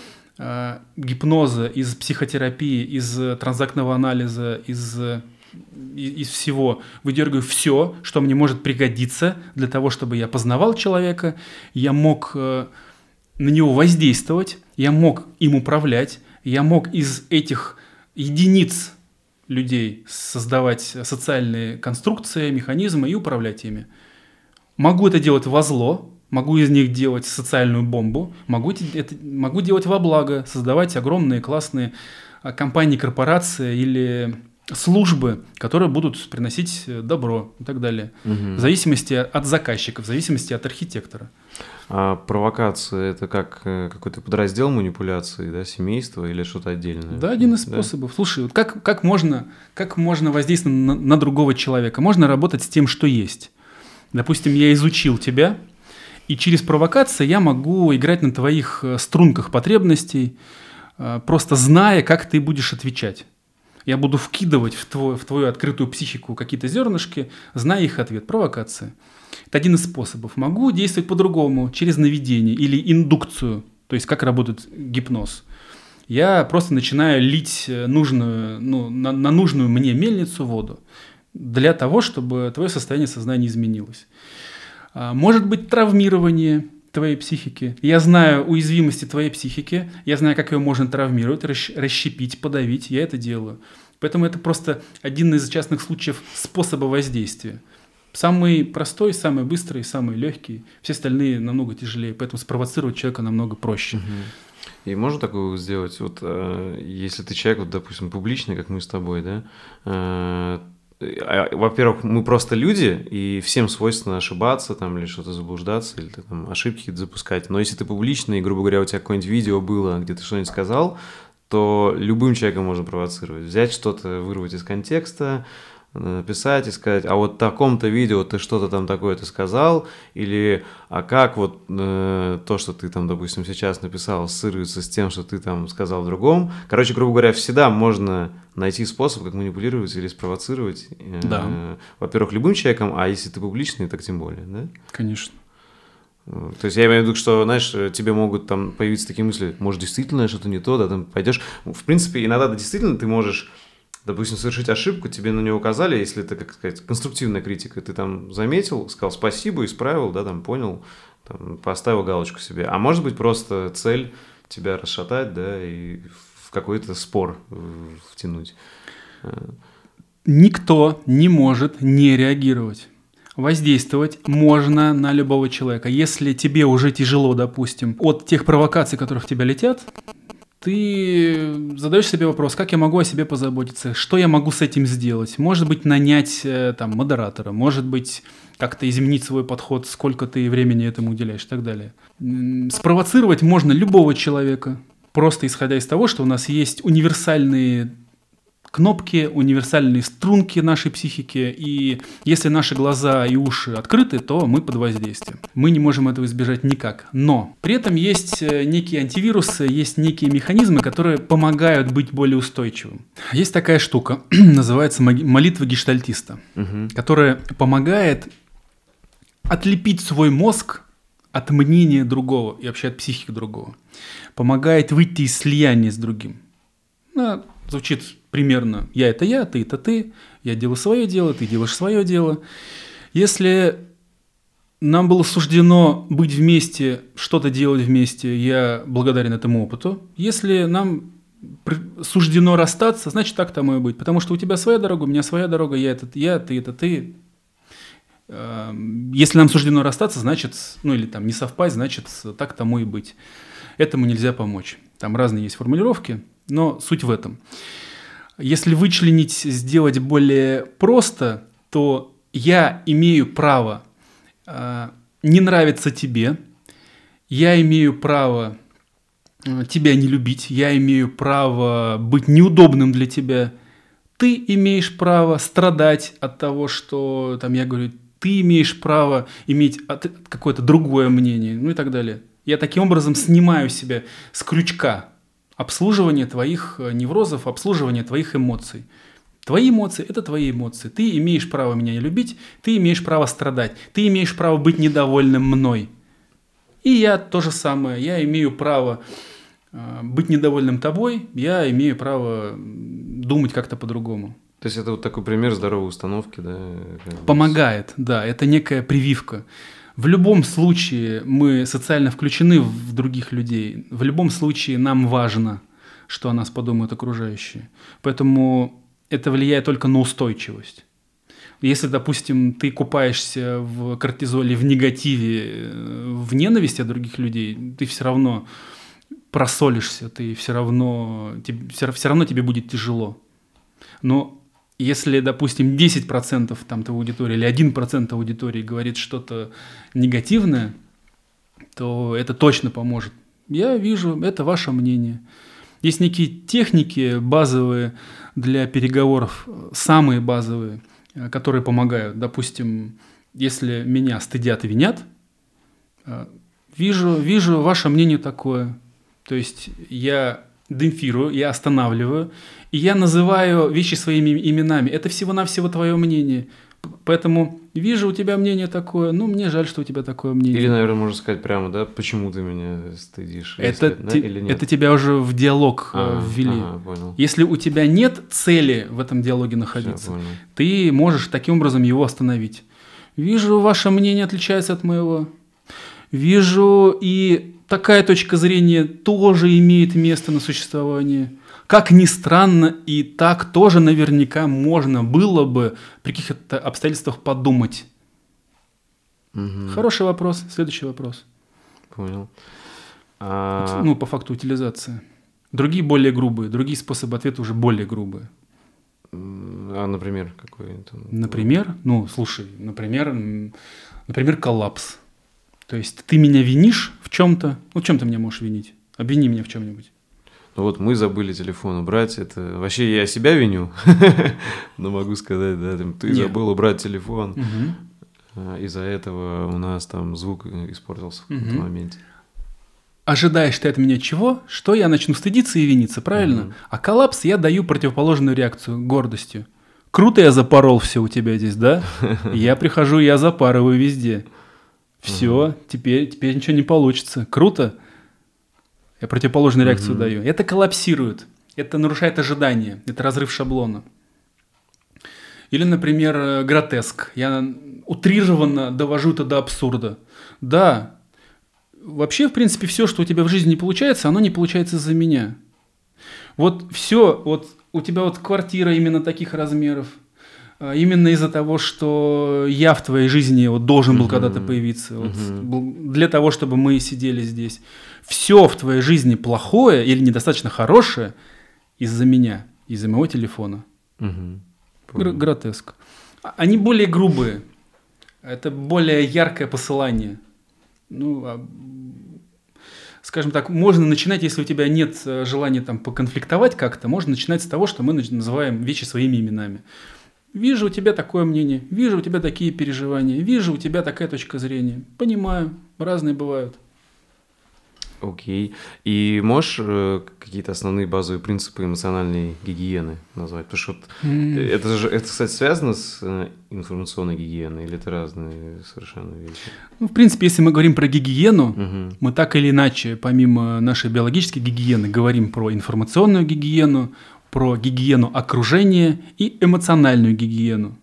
э, гипноза, из психотерапии, из транзактного анализа, из, из всего выдергиваю все, что мне может пригодиться для того, чтобы я познавал человека, я мог э, на него воздействовать, я мог им управлять, я мог из этих единиц людей создавать социальные конструкции, механизмы и управлять ими. Могу это делать во зло, могу из них делать социальную бомбу, могу, это, могу делать во благо, создавать огромные классные компании, корпорации или службы, которые будут приносить добро и так далее. Угу. В зависимости от заказчика, в зависимости от архитектора. А провокация – это как какой-то подраздел манипуляции, да, семейства или что-то отдельное? Да, один из да? способов. Слушай, вот как, как, можно, как можно воздействовать на, на другого человека? Можно работать с тем, что есть. Допустим, я изучил тебя, и через провокацию я могу играть на твоих струнках потребностей, просто зная, как ты будешь отвечать. Я буду вкидывать в, твой, в твою открытую психику какие-то зернышки, зная их ответ. Провокация. Это один из способов. Могу действовать по-другому, через наведение или индукцию, то есть как работает гипноз. Я просто начинаю лить нужную, ну, на, на нужную мне мельницу воду для того, чтобы твое состояние сознания изменилось. Может быть травмирование твоей психики. Я знаю уязвимости твоей психики, я знаю, как ее можно травмировать, расщепить, подавить, я это делаю. Поэтому это просто один из частных случаев способа воздействия. Самый простой, самый быстрый, самый легкий, все остальные намного тяжелее, поэтому спровоцировать человека намного проще. Угу. И можно такое сделать, вот э, если ты человек, вот, допустим, публичный, как мы с тобой, да, э, во-первых, мы просто люди, и всем свойственно ошибаться там, или что-то заблуждаться, или там, ошибки запускать. Но если ты публичный, и, грубо говоря, у тебя какое-нибудь видео было, где ты что-нибудь сказал, то любым человеком можно провоцировать. Взять что-то, вырвать из контекста, написать и сказать, а вот в таком-то видео ты что-то там такое-то сказал, или а как вот э, то, что ты там, допустим, сейчас написал, ассоциируется с тем, что ты там сказал в другом. Короче, грубо говоря, всегда можно найти способ, как манипулировать или спровоцировать. Э, да. Во-первых, любым человеком, а если ты публичный, так тем более, да? Конечно. То есть я имею в виду, что, знаешь, тебе могут там появиться такие мысли, может, действительно что-то не то, да, там пойдешь. В принципе, иногда да, действительно ты можешь, допустим, совершить ошибку, тебе на нее указали, если это, как сказать, конструктивная критика, ты там заметил, сказал спасибо, исправил, да, там понял, там, поставил галочку себе. А может быть, просто цель тебя расшатать, да, и в какой-то спор втянуть. Никто не может не реагировать. Воздействовать можно на любого человека. Если тебе уже тяжело, допустим, от тех провокаций, которые в тебя летят, ты задаешь себе вопрос, как я могу о себе позаботиться, что я могу с этим сделать. Может быть, нанять там, модератора, может быть, как-то изменить свой подход, сколько ты времени этому уделяешь и так далее. Спровоцировать можно любого человека, просто исходя из того, что у нас есть универсальные кнопки, универсальные струнки нашей психики, и если наши глаза и уши открыты, то мы под воздействием. Мы не можем этого избежать никак. Но при этом есть некие антивирусы, есть некие механизмы, которые помогают быть более устойчивым. Есть такая штука, называется молитва гештальтиста, угу. которая помогает отлепить свой мозг от мнения другого и вообще от психики другого. Помогает выйти из слияния с другим. Ну, звучит примерно «я – это я, ты – это ты, я делаю свое дело, ты делаешь свое дело». Если нам было суждено быть вместе, что-то делать вместе, я благодарен этому опыту. Если нам суждено расстаться, значит, так тому и быть. Потому что у тебя своя дорога, у меня своя дорога, я – это я, ты – это ты. Если нам суждено расстаться, значит, ну или там не совпасть, значит, так тому и быть. Этому нельзя помочь. Там разные есть формулировки, но суть в этом. Если вычленить, сделать более просто, то я имею право э, не нравиться тебе, я имею право э, тебя не любить, я имею право быть неудобным для тебя, ты имеешь право страдать от того, что там, я говорю, ты имеешь право иметь какое-то другое мнение, ну и так далее. Я таким образом снимаю себя с крючка обслуживание твоих неврозов, обслуживание твоих эмоций. Твои эмоции – это твои эмоции. Ты имеешь право меня не любить, ты имеешь право страдать, ты имеешь право быть недовольным мной. И я то же самое. Я имею право э, быть недовольным тобой, я имею право думать как-то по-другому. То есть это вот такой пример здоровой установки, да? Помогает, да, это некая прививка. В любом случае мы социально включены в других людей. В любом случае нам важно, что о нас подумают окружающие. Поэтому это влияет только на устойчивость. Если, допустим, ты купаешься в кортизоле, в негативе, в ненависти от других людей, ты все равно просолишься, ты все равно, тебе, все, все равно тебе будет тяжело. Но если, допустим, десять процентов там твоей аудитории или один процент аудитории говорит что-то негативное, то это точно поможет. Я вижу, это ваше мнение. Есть некие техники базовые для переговоров, самые базовые, которые помогают. Допустим, если меня стыдят и винят, вижу, вижу ваше мнение такое. То есть я демпфирую, я останавливаю, и я называю вещи своими именами. Это всего-навсего твое мнение. Поэтому вижу у тебя мнение такое, ну, мне жаль, что у тебя такое мнение. Или, наверное, можно сказать прямо, да, почему ты меня стыдишь? Это, сказать, да, те, или нет? это тебя уже в диалог а, ввели. Ага, понял. Если у тебя нет цели в этом диалоге находиться, ты можешь таким образом его остановить. Вижу, ваше мнение отличается от моего. Вижу, и такая точка зрения тоже имеет место на существование. Как ни странно, и так тоже наверняка можно было бы при каких-то обстоятельствах подумать. Угу. Хороший вопрос. Следующий вопрос. Понял. А... Ну, по факту утилизации. Другие более грубые, другие способы ответа уже более грубые. А, например, какой? Например, ну, слушай, например, например, коллапс. То есть ты меня винишь в чем-то. Ну, в чем ты меня можешь винить? Обвини меня в чем-нибудь. Ну вот мы забыли телефон убрать, это вообще я себя виню, но могу сказать, да, ты забыл убрать телефон, из-за этого у нас там звук испортился в каком-то моменте. Ожидаешь ты от меня чего? Что я начну стыдиться и виниться, правильно? А коллапс я даю противоположную реакцию, гордостью. Круто я запорол все у тебя здесь, да? Я прихожу, я запарываю везде. Все, теперь, теперь ничего не получится. Круто? Я противоположную реакцию mm-hmm. даю. Это коллапсирует. Это нарушает ожидания. Это разрыв шаблона. Или, например, гротеск. Я утрированно довожу это до абсурда. Да, вообще, в принципе, все, что у тебя в жизни не получается, оно не получается из-за меня. Вот все, вот у тебя вот квартира именно таких размеров. Именно из-за того, что я в твоей жизни вот должен был mm-hmm. когда-то появиться. Вот, mm-hmm. для того, чтобы мы сидели здесь. Все в твоей жизни плохое или недостаточно хорошее из-за меня, из-за моего телефона. Mm-hmm. Гр- гротеск. Они более грубые. Это более яркое посылание. Ну, а, скажем так, можно начинать, если у тебя нет желания там поконфликтовать как-то, можно начинать с того, что мы называем вещи своими именами. Вижу у тебя такое мнение, вижу у тебя такие переживания, вижу у тебя такая точка зрения. Понимаю, разные бывают. Окей. И можешь э, какие-то основные базовые принципы эмоциональной гигиены назвать? Потому что mm. это же, это, кстати, связано с э, информационной гигиеной или это разные совершенно вещи? Ну, в принципе, если мы говорим про гигиену, uh-huh. мы так или иначе, помимо нашей биологической гигиены, говорим про информационную гигиену, про гигиену окружения и эмоциональную гигиену.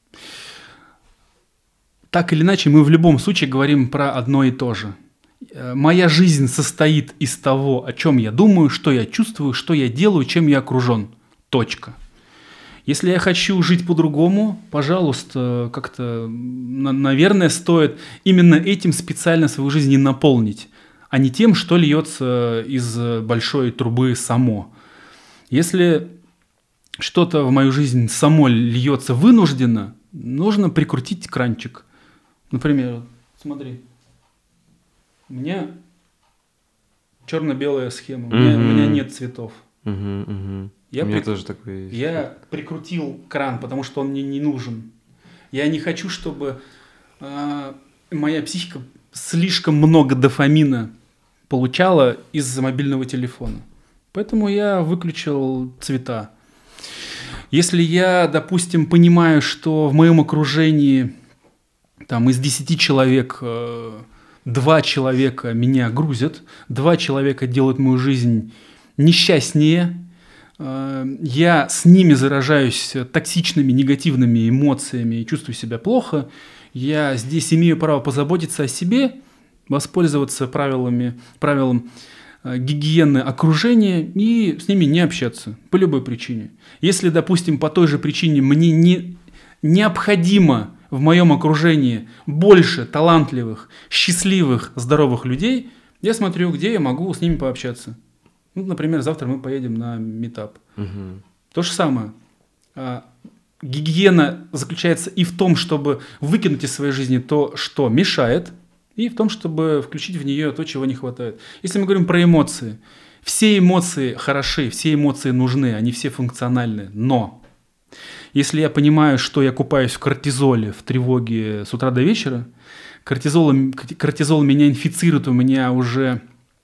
Так или иначе, мы в любом случае говорим про одно и то же. Моя жизнь состоит из того, о чем я думаю, что я чувствую, что я делаю, чем я окружен. Точка. Если я хочу жить по-другому, пожалуйста, как-то, наверное, стоит именно этим специально свою жизнь не наполнить, а не тем, что льется из большой трубы само. Если что-то в мою жизнь само льется вынужденно, нужно прикрутить кранчик. Например, смотри, у меня черно-белая схема, у меня, mm-hmm. у меня нет цветов. Mm-hmm, mm-hmm. Я, у меня прик... тоже такое есть. Я прикрутил кран, потому что он мне не нужен. Я не хочу, чтобы э, моя психика слишком много дофамина получала из-за мобильного телефона. Поэтому я выключил цвета. Если я, допустим, понимаю, что в моем окружении там, из десяти человек э, два человека меня грузят, два человека делают мою жизнь несчастнее, э, я с ними заражаюсь токсичными, негативными эмоциями и чувствую себя плохо, я здесь имею право позаботиться о себе, воспользоваться правилами, правилом гигиены окружения и с ними не общаться по любой причине. Если, допустим, по той же причине мне не, необходимо в моем окружении больше талантливых, счастливых, здоровых людей, я смотрю, где я могу с ними пообщаться. Ну, например, завтра мы поедем на митап. Угу. То же самое. Гигиена заключается и в том, чтобы выкинуть из своей жизни то, что мешает, и в том, чтобы включить в нее то, чего не хватает. Если мы говорим про эмоции, все эмоции хороши, все эмоции нужны, они все функциональны, но если я понимаю, что я купаюсь в кортизоле, в тревоге с утра до вечера, кортизол, кортизол меня инфицирует, у меня уже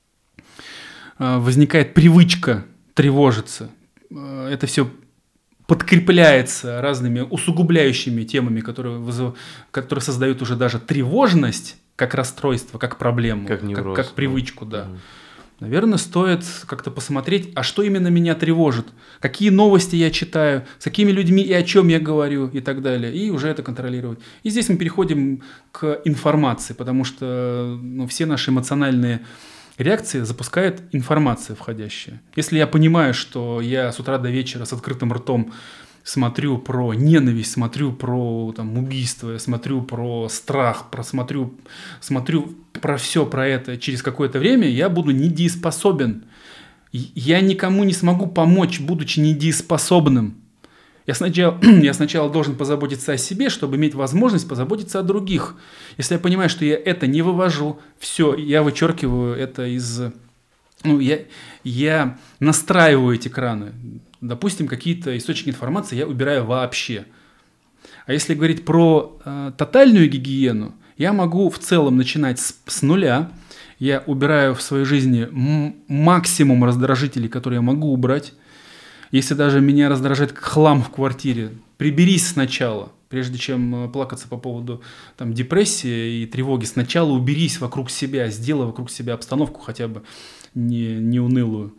возникает привычка тревожиться. Это все подкрепляется разными усугубляющими темами, которые, вызыв... которые создают уже даже тревожность, как расстройство, как проблему, как, невроз, как, как привычку, да. Угу. Наверное, стоит как-то посмотреть, а что именно меня тревожит, какие новости я читаю, с какими людьми и о чем я говорю и так далее, и уже это контролировать. И здесь мы переходим к информации, потому что ну, все наши эмоциональные реакции запускает информация входящая. Если я понимаю, что я с утра до вечера с открытым ртом смотрю про ненависть, смотрю про там, убийство, смотрю про страх, про, смотрю, смотрю про все про это через какое-то время, я буду недееспособен. Я никому не смогу помочь, будучи недееспособным. Я сначала, я сначала должен позаботиться о себе, чтобы иметь возможность позаботиться о других. Если я понимаю, что я это не вывожу, все, я вычеркиваю это из... Ну, я, я настраиваю эти краны. Допустим, какие-то источники информации я убираю вообще. А если говорить про э, тотальную гигиену, я могу в целом начинать с, с нуля. Я убираю в своей жизни м- максимум раздражителей, которые я могу убрать. Если даже меня раздражает хлам в квартире, приберись сначала, прежде чем плакаться по поводу там, депрессии и тревоги. Сначала уберись вокруг себя, сделай вокруг себя обстановку хотя бы не, не унылую.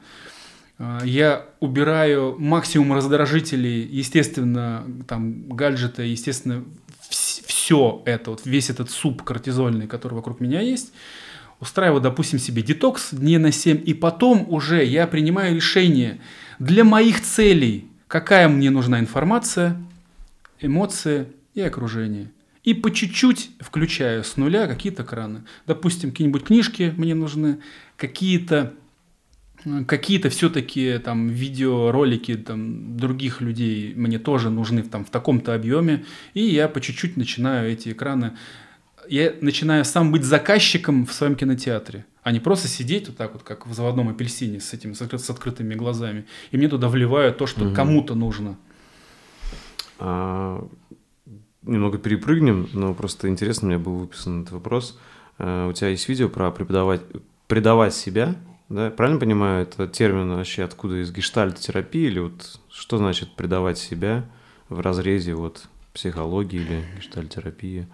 Я убираю максимум раздражителей, естественно, там, гаджеты, естественно, все это, вот весь этот суп кортизольный, который вокруг меня есть. Устраиваю, допустим, себе детокс дней на семь, и потом уже я принимаю решение для моих целей, какая мне нужна информация, эмоции и окружение. И по чуть-чуть включаю с нуля какие-то краны. Допустим, какие-нибудь книжки мне нужны, какие-то Какие-то все-таки там видеоролики там, других людей мне тоже нужны там, в таком-то объеме, и я по чуть-чуть начинаю эти экраны, я начинаю сам быть заказчиком в своем кинотеатре, а не просто сидеть вот так вот, как в «Заводном апельсине» с этими с, откры- с открытыми глазами, и мне туда вливают то, что угу. кому-то нужно. А, немного перепрыгнем, но просто интересно, у меня был выписан этот вопрос. А, у тебя есть видео про преподавать, предавать себя? Да, правильно понимаю, это термин вообще откуда, из гештальт-терапии, или вот что значит предавать себя в разрезе вот психологии или гештальт-терапии?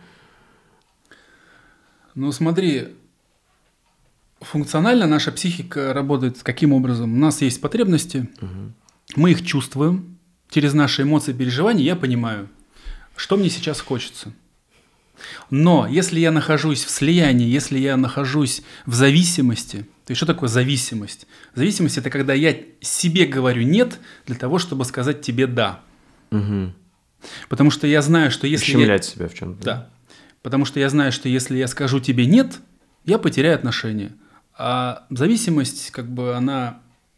Ну смотри, функционально наша психика работает каким образом? У нас есть потребности, угу. мы их чувствуем, через наши эмоции, переживания я понимаю, что мне сейчас хочется. Но если я нахожусь в слиянии, если я нахожусь в зависимости, то есть что такое зависимость? Зависимость – это когда я себе говорю «нет» для того, чтобы сказать тебе «да». Угу. Потому что я знаю, что если Ущемлять я... себя в чем-то. Да. Потому что я знаю, что если я скажу тебе «нет», я потеряю отношения. А зависимость, как бы она...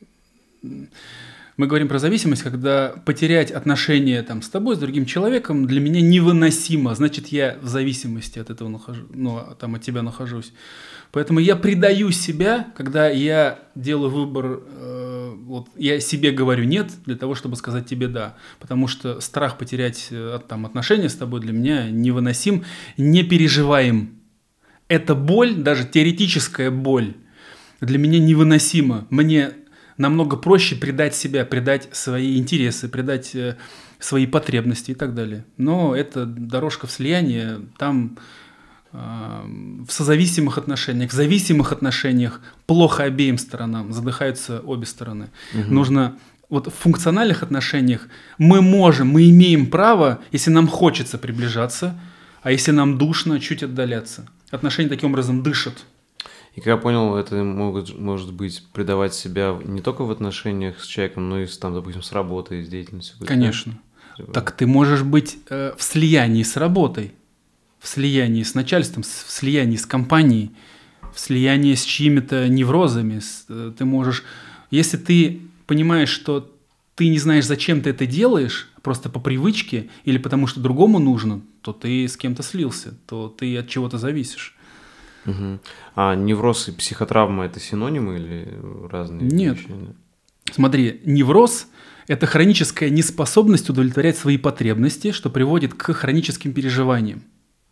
Мы говорим про зависимость, когда потерять отношения там, с тобой, с другим человеком для меня невыносимо. Значит, я в зависимости от этого нахожу, ну, там, от тебя нахожусь. Поэтому я предаю себя, когда я делаю выбор, э, вот, я себе говорю «нет» для того, чтобы сказать тебе «да». Потому что страх потерять там, отношения с тобой для меня невыносим, непереживаем. Эта боль, даже теоретическая боль, для меня невыносима. Мне намного проще предать себя, предать свои интересы, предать э, свои потребности и так далее. Но это дорожка в слияние, там э, в созависимых отношениях, в зависимых отношениях плохо обеим сторонам, задыхаются обе стороны. Угу. Нужно... Вот в функциональных отношениях мы можем, мы имеем право, если нам хочется приближаться, а если нам душно, чуть отдаляться. Отношения таким образом дышат. И как я понял, это могут, может быть предавать себя не только в отношениях с человеком, но и, с, там, допустим, с работой, с деятельностью. Конечно. Да? Так ты можешь быть э, в слиянии с работой, в слиянии с начальством, в слиянии с компанией, в слиянии с чьими-то неврозами. С, э, ты можешь, если ты понимаешь, что ты не знаешь, зачем ты это делаешь, просто по привычке или потому что другому нужно, то ты с кем-то слился, то ты от чего-то зависишь. Угу. А невроз и психотравма – это синонимы или разные Нет. вещи? Нет. Смотри, невроз – это хроническая неспособность удовлетворять свои потребности, что приводит к хроническим переживаниям.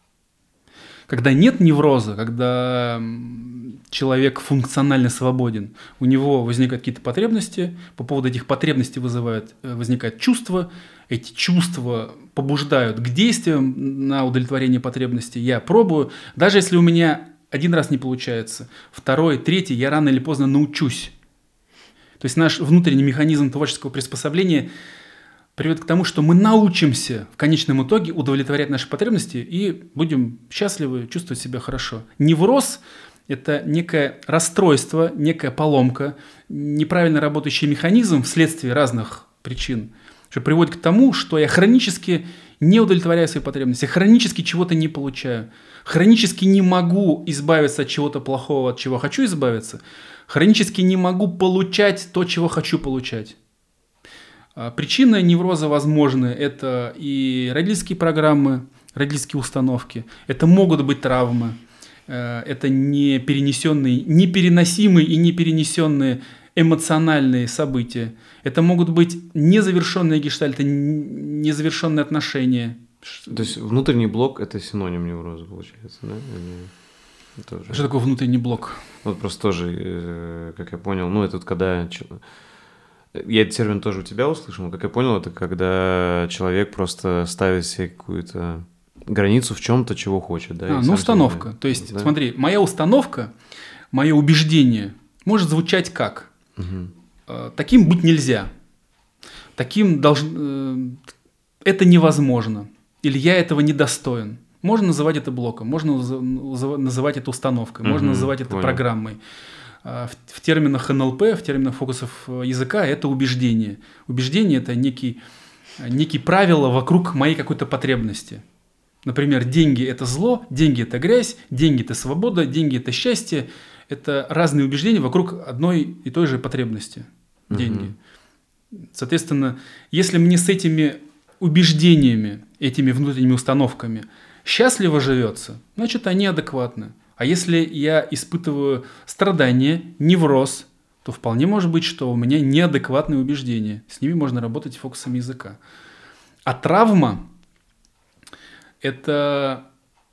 Когда нет невроза, когда человек функционально свободен, у него возникают какие-то потребности, по поводу этих потребностей вызывают, возникает чувство, эти чувства побуждают к действиям на удовлетворение потребностей, я пробую, даже если у меня один раз не получается, второй, третий, я рано или поздно научусь. То есть наш внутренний механизм творческого приспособления приведет к тому, что мы научимся в конечном итоге удовлетворять наши потребности и будем счастливы, чувствовать себя хорошо. Невроз – это некое расстройство, некая поломка, неправильно работающий механизм вследствие разных причин, что приводит к тому, что я хронически не удовлетворяю свои потребности, хронически чего-то не получаю, хронически не могу избавиться от чего-то плохого, от чего хочу избавиться, хронически не могу получать то, чего хочу получать. Причины невроза возможны. Это и родительские программы, родительские установки. Это могут быть травмы. Это не перенесенные, непереносимые и неперенесенные эмоциональные события. Это могут быть незавершенные гештальты, незавершенные отношения. То есть внутренний блок – это синоним невроза, получается, да? Или... Тоже... Что такое внутренний блок? Вот просто тоже, как я понял, ну это вот когда... Я этот термин тоже у тебя услышал, но, как я понял, это когда человек просто ставит себе какую-то границу в чем-то, чего хочет. Да, а, ну, установка. Себе... То есть, да? Смотри, моя установка, мое убеждение может звучать как? Угу. Таким быть нельзя. Таким должен... Это невозможно. Или я этого недостоин. Можно называть это блоком, можно называть это установкой, угу, можно называть это понял. Программой. В, в терминах эн эл пэ, в терминах фокусов языка это убеждение. Убеждение – это некий, некие правила вокруг моей какой-то потребности. Например, деньги – это зло, деньги – это грязь, деньги – это свобода, деньги – это счастье. Это разные убеждения вокруг одной и той же потребности – деньги. Угу. Соответственно, если мне с этими убеждениями, этими внутренними установками счастливо живется, значит, они адекватны. А если я испытываю страдания, невроз, то вполне может быть, что у меня неадекватные убеждения. С ними можно работать фокусом языка. А травма – это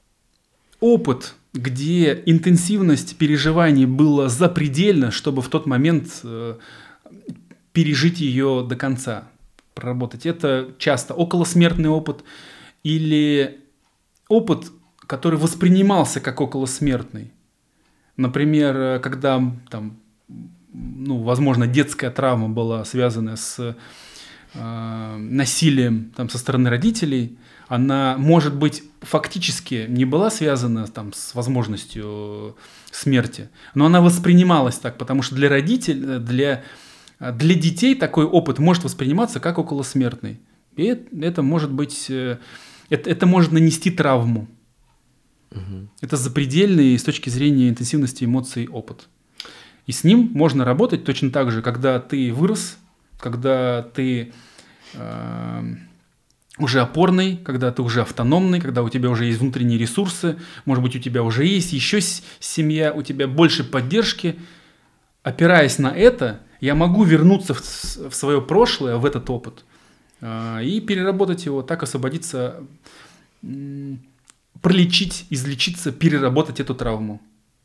опыт, где интенсивность переживаний была запредельна, чтобы в тот момент э, пережить ее до конца, проработать. Это часто околосмертный опыт или опыт, который воспринимался как околосмертный. Например, когда там, ну, возможно, детская травма была связана с э, насилием там, со стороны родителей, она, может быть, фактически не была связана там, с возможностью смерти, но она воспринималась так, потому что для родителей, для, для детей такой опыт может восприниматься как околосмертный. И это, это может быть, это, это может нанести травму. Угу. Это запредельный с точки зрения интенсивности эмоций опыт. И с ним можно работать точно так же, когда ты вырос, когда ты э, уже опорный, когда ты уже автономный, когда у тебя уже есть внутренние ресурсы, может быть, у тебя уже есть еще семья, у тебя больше поддержки. Опираясь на это, я могу вернуться в, в свое прошлое, в этот опыт, э, и переработать его, так освободиться, э, пролечить, излечиться, переработать эту травму.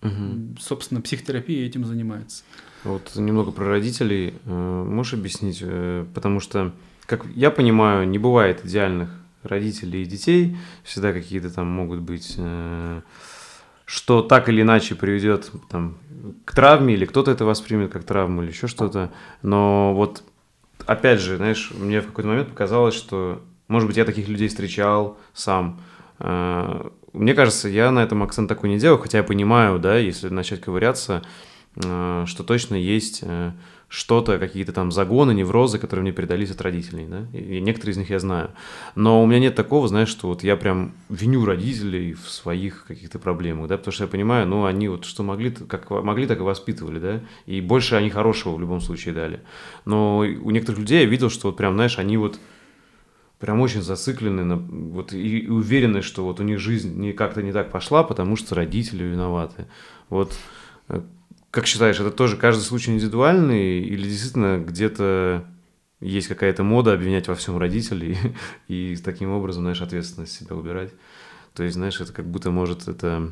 Угу. Собственно, психотерапия этим занимается. Вот немного про родителей. Можешь объяснить? Потому что, как я понимаю, не бывает идеальных родителей и детей. Всегда какие-то там могут быть, что так или иначе приведет там, к травме, или кто-то это воспримет как травму, или еще что-то. Но вот, опять же, знаешь, мне в какой-то момент показалось, что, может быть, я таких людей встречал сам. Мне кажется, я на этом акцент такой не делаю, хотя я понимаю, да, если начать ковыряться, что точно есть что-то, какие-то там загоны, неврозы, которые мне передались от родителей, да, и некоторые из них я знаю. Но у меня нет такого, знаешь, что вот я прям виню родителей в своих каких-то проблемах, да, потому что я понимаю, ну, они вот что могли, как могли, так и воспитывали, да, и больше они хорошего в любом случае дали. Но у некоторых людей я видел, что вот прям, знаешь, они вот прям очень зациклены на, вот, и, и уверены, что вот у них жизнь не, как-то не так пошла, потому что родители виноваты. Вот как считаешь, это тоже каждый случай индивидуальный или действительно где-то есть какая-то мода обвинять во всем родителей и таким образом, знаешь, ответственность себя убирать? То есть, знаешь, это как будто может это...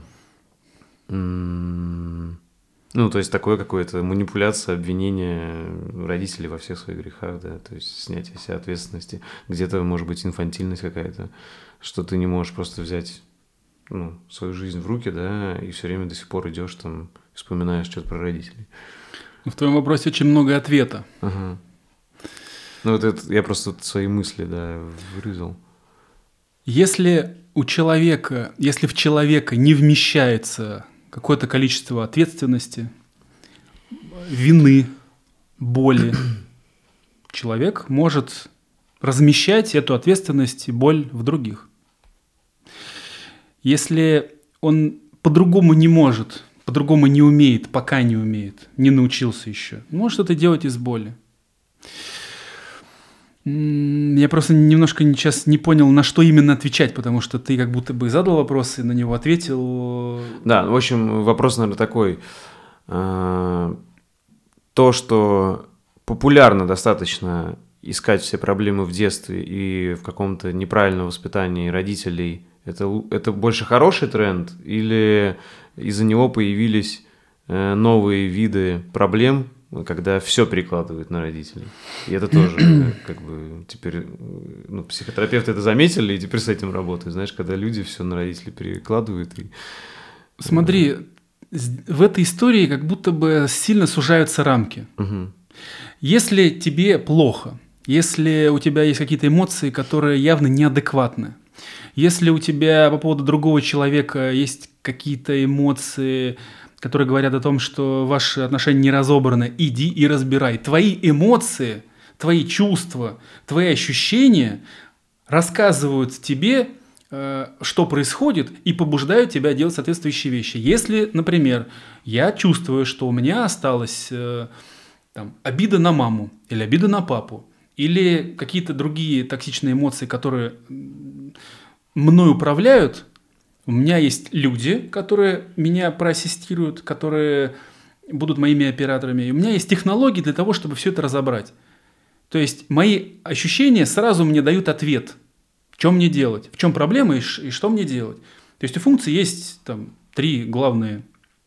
Ну, то есть такое какое-то манипуляция, обвинение родителей во всех своих грехах, да, то есть снятие себя ответственности. Где-то, может быть, инфантильность какая-то, что ты не можешь просто взять, ну, свою жизнь в руки, да, и все время до сих пор идешь там, вспоминаешь что-то про родителей. В твоем вопросе очень много ответа. Ага. Ну, вот это я просто свои мысли, да, вырезал. Если у человека, если в человека не вмещается какое-то количество ответственности, вины, боли, человек может размещать эту ответственность и боль в других. Если он по-другому не может, по-другому не умеет, пока не умеет, не научился еще, может это делать из боли. Я просто немножко сейчас не понял, на что именно отвечать, потому что ты как будто бы задал вопрос и на него ответил. Да, в общем, вопрос, наверное, такой. То, что популярно достаточно искать все проблемы в детстве и в каком-то неправильном воспитании родителей, это, это больше хороший тренд или из-за него появились новые виды проблем, когда все перекладывают на родителей? И это тоже как бы теперь, ну, психотерапевты это заметили и теперь с этим работают, знаешь, когда люди все на родителей перекладывают. И... Смотри, в этой истории как будто бы сильно сужаются рамки. Угу. Если тебе плохо, если у тебя есть какие-то эмоции, которые явно неадекватны, если у тебя по поводу другого человека есть какие-то эмоции, которые говорят о том, что ваши отношения не разобраны, иди и разбирай. Твои эмоции, твои чувства, твои ощущения рассказывают тебе, э, что происходит, и побуждают тебя делать соответствующие вещи. Если, например, я чувствую, что у меня осталась э, там, обида на маму, или обида на папу, или какие-то другие токсичные эмоции, которые мной управляют, у меня есть люди, которые меня проассистируют, которые будут моими операторами. И у меня есть технологии для того, чтобы все это разобрать. То есть мои ощущения сразу мне дают ответ, что мне делать, в чем проблема и, ш- и что мне делать. То есть у функции есть там, три главные...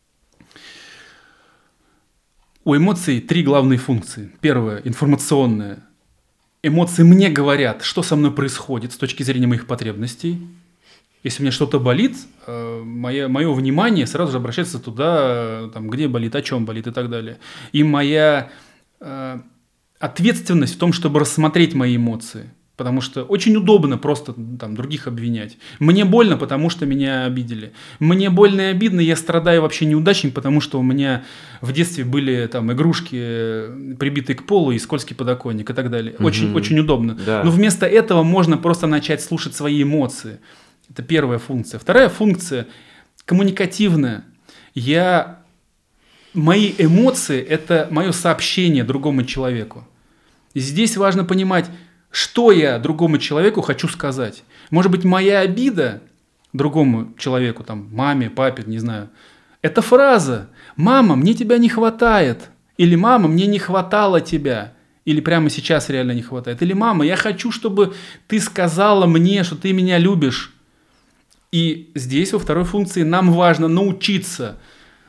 У эмоций три главные функции. Первая – информационная. Эмоции мне говорят, что со мной происходит с точки зрения моих потребностей. Если у меня что-то болит, мое, мое внимание сразу же обращается туда, там, где болит, о чем болит и так далее. И моя э, ответственность в том, чтобы рассмотреть мои эмоции. Потому что очень удобно просто там, других обвинять. Мне больно, потому что меня обидели. Мне больно и обидно, я страдаю вообще неудачник, потому что у меня в детстве были там, игрушки, прибитые к полу, и скользкий подоконник и так далее. Угу. Очень, очень удобно. Да. Но вместо этого можно просто начать слушать свои эмоции. Это первая функция. Вторая функция коммуникативная. Я... Мои эмоции – это мое сообщение другому человеку. И здесь важно понимать, что я другому человеку хочу сказать. Может быть, моя обида другому человеку, там, маме, папе, не знаю, это фраза «Мама, мне тебя не хватает» или «Мама, мне не хватало тебя». Или прямо сейчас реально не хватает. Или «Мама, я хочу, чтобы ты сказала мне, что ты меня любишь». И здесь во второй функции нам важно научиться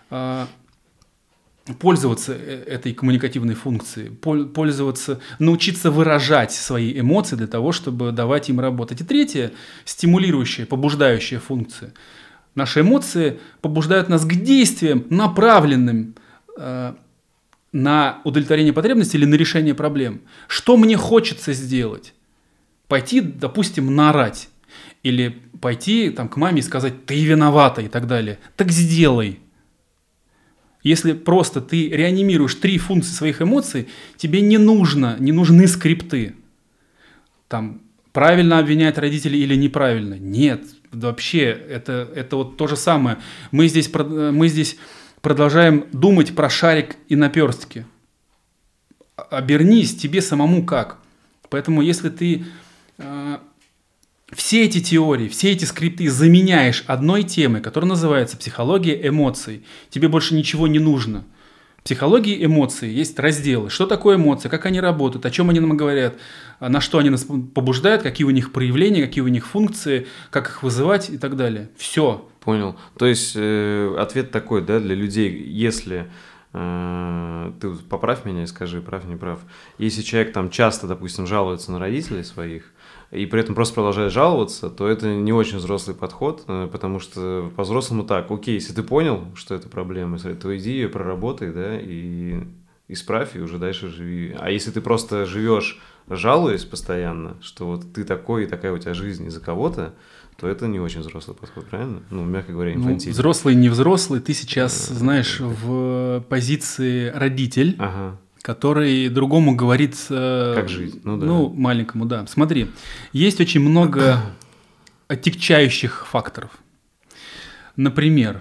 пользоваться этой коммуникативной функцией, пользоваться, научиться выражать свои эмоции для того, чтобы давать им работать. И третье, стимулирующая, побуждающая функция. Наши эмоции побуждают нас к действиям, направленным э, на удовлетворение потребностей или на решение проблем. Что мне хочется сделать? Пойти, допустим, наорать. Или пойти там, к маме и сказать: ты виновата и так далее. Так сделай. Если просто ты реанимируешь три функции своих эмоций, тебе не нужно, не нужны скрипты. Там, правильно обвинять родителей или неправильно? Нет, вообще, это, это вот то же самое. Мы здесь, мы здесь продолжаем думать про шарик и наперстки. Обернись, тебе самому как. Поэтому если ты э, все эти теории, все эти скрипты заменяешь одной темой, которая называется психология эмоций, тебе больше ничего не нужно. В психологии эмоций есть разделы. Что такое эмоции, как они работают, о чем они нам говорят, на что они нас побуждают, какие у них проявления, какие у них функции, как их вызывать и так далее. Все. Понял. То есть э, ответ такой, да, для людей, если... Ты поправь меня и скажи, прав, не прав. Если человек там часто, допустим, жалуется на родителей своих, и при этом просто продолжает жаловаться, то это не очень взрослый подход, потому что по-взрослому так: окей, если ты понял, что это проблема, то иди ее проработай, да, и исправь, и уже дальше живи. А если ты просто живешь, жалуясь постоянно, что вот ты такой, и такая у тебя жизнь из-за кого-то, то это не очень взрослый подход, правильно? Ну, мягко говоря, инфантильный. Ну, взрослый, не взрослый, ты сейчас, знаешь, в позиции родитель, ага. который другому говорит... Как жить, ну да. Ну, маленькому, да. Смотри, есть очень много отягчающих факторов. Например,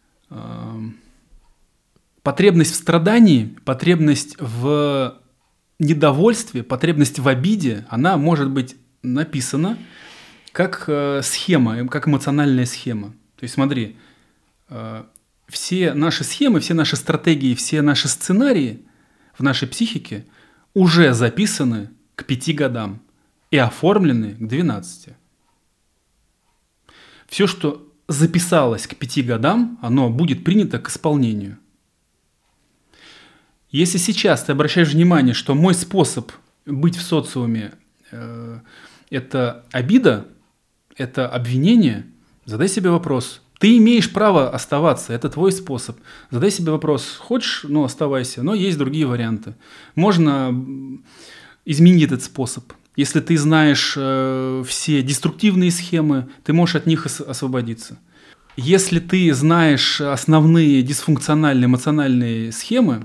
потребность в страдании, потребность в недовольстве, потребность в обиде, она может быть написана как э, схема, как эмоциональная схема. То есть смотри, э, все наши схемы, все наши стратегии, все наши сценарии в нашей психике уже записаны к пяти годам и оформлены к двенадцати. Все, что записалось к пяти годам, оно будет принято к исполнению. Если сейчас ты обращаешь внимание, что мой способ быть в социуме э, – это обида, это обвинение, задай себе вопрос. Ты имеешь право оставаться, это твой способ. Задай себе вопрос. Хочешь, ну оставайся, но есть другие варианты. Можно изменить этот способ. Если ты знаешь э, все деструктивные схемы, ты можешь от них ос- освободиться. Если ты знаешь основные дисфункциональные эмоциональные схемы,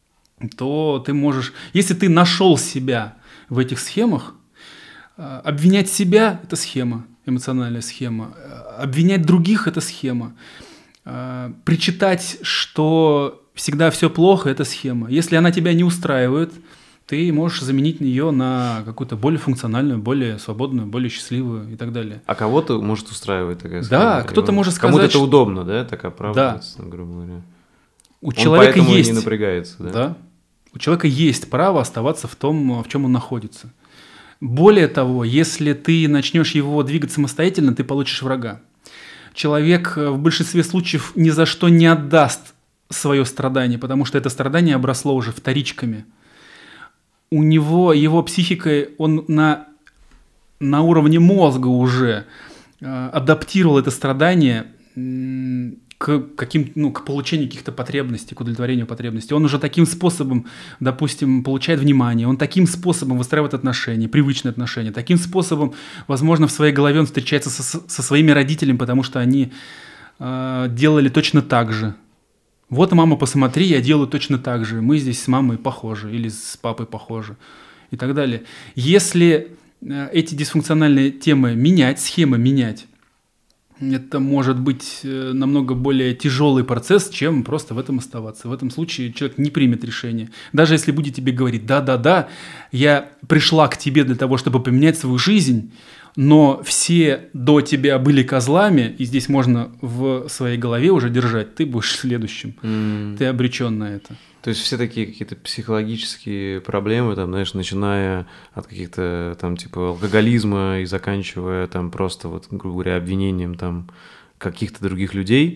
то ты можешь... Если ты нашел себя в этих схемах, э, обвинять себя – это схема. Эмоциональная схема. Обвинять других – это схема. Причитать, что всегда все плохо – это схема. Если она тебя не устраивает, ты можешь заменить ее на какую-то более функциональную, более свободную, более счастливую и так далее. А кого-то может устраивать такая схема? Да, кто-то может сказать... Кому-то это удобно, да, так оправдывается, да. грубо говоря. У он человека поэтому есть... не напрягается, да? Да. У человека есть право оставаться в том, в чем он находится. Более того, если ты начнешь его двигать самостоятельно, ты получишь врага. Человек в большинстве случаев ни за что не отдаст свое страдание, потому что это страдание обросло уже вторичками. У него, его психикой, он на, на уровне мозга уже э, адаптировал это страдание э, к, каким, ну, к получению каких-то потребностей, к удовлетворению потребностей. Он уже таким способом, допустим, получает внимание, он таким способом выстраивает отношения, привычные отношения, таким способом, возможно, в своей голове он встречается со, со своими родителями, потому что они э, делали точно так же. Вот, мама, посмотри, я делаю точно так же, мы здесь с мамой похожи или с папой похожи и так далее. Если э, эти дисфункциональные темы менять, схемы менять, это может быть намного более тяжелый процесс, чем просто в этом оставаться. В этом случае человек не примет решение. Даже если будет тебе говорить: да-да-да, я пришла к тебе для того, чтобы поменять свою жизнь, но все до тебя были козлами, и здесь можно в своей голове уже держать, ты будешь следующим, mm. ты обречен на это. То есть все такие какие-то психологические проблемы, там, знаешь, начиная от каких-то там типа алкоголизма и заканчивая там просто вот, грубо говоря, обвинением там каких-то других людей,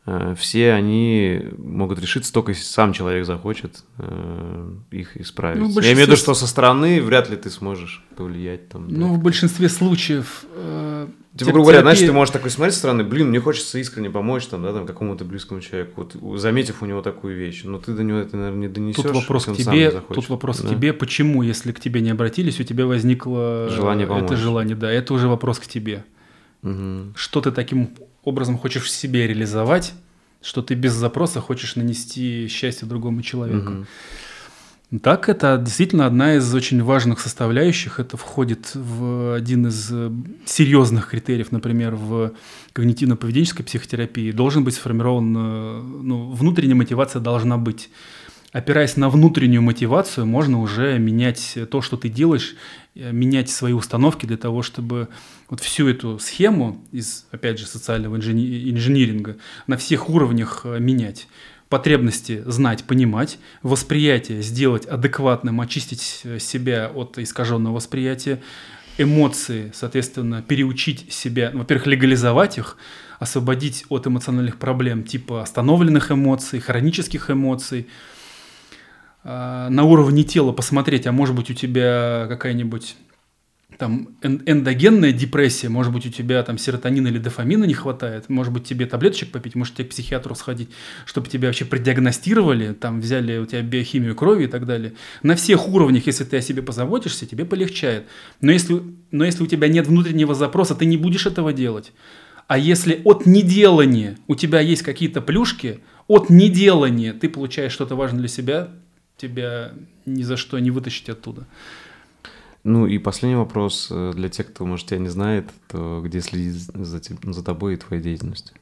все они могут решиться, только если сам человек захочет э, их исправить. Ну, большинстве... Я имею в виду, что со стороны вряд ли ты сможешь повлиять. Там, ну, да, в большинстве случаев... Э, типа, грубо говоря, знаешь, ты можешь такой смотреть со стороны, блин, мне хочется искренне помочь там, да, там, какому-то близкому человеку, вот, заметив у него такую вещь, но ты до него это, наверное, не донесешь. Тут вопрос к тебе, тут вопрос да? к тебе, почему, если к тебе не обратились, у тебя возникло желание помочь. Это желание, да, это уже вопрос к тебе. Угу. Что ты таким образом хочешь в себе реализовать, что ты без запроса хочешь нанести счастье другому человеку. Угу. Так, это действительно одна из очень важных составляющих. Это входит в один из серьезных критериев, например, в когнитивно-поведенческой психотерапии. Должен быть сформирован, ну, внутренняя мотивация должна быть. Опираясь на внутреннюю мотивацию, можно уже менять то, что ты делаешь, менять свои установки для того, чтобы вот всю эту схему из, опять же, социального инжени- инжиниринга на всех уровнях менять. Потребности знать, понимать, восприятие сделать адекватным, очистить себя от искаженного восприятия, эмоции, соответственно, переучить себя, во-первых, легализовать их, освободить от эмоциональных проблем типа остановленных эмоций, хронических эмоций, на уровне тела посмотреть, а может быть у тебя какая-нибудь там эндогенная депрессия, может быть у тебя там серотонина или дофамина не хватает, может быть тебе таблеточек попить, может тебе к психиатру сходить, чтобы тебя вообще продиагностировали, там взяли у тебя биохимию крови и так далее. На всех уровнях, если ты о себе позаботишься, тебе полегчает. Но если, но если у тебя нет внутреннего запроса, ты не будешь этого делать. А если от неделания у тебя есть какие-то плюшки, от неделания ты получаешь что-то важное для себя, тебя ни за что не вытащить оттуда. Ну и последний вопрос для тех, кто, может, тебя не знает, то где следить за, за тобой и твоей деятельностью?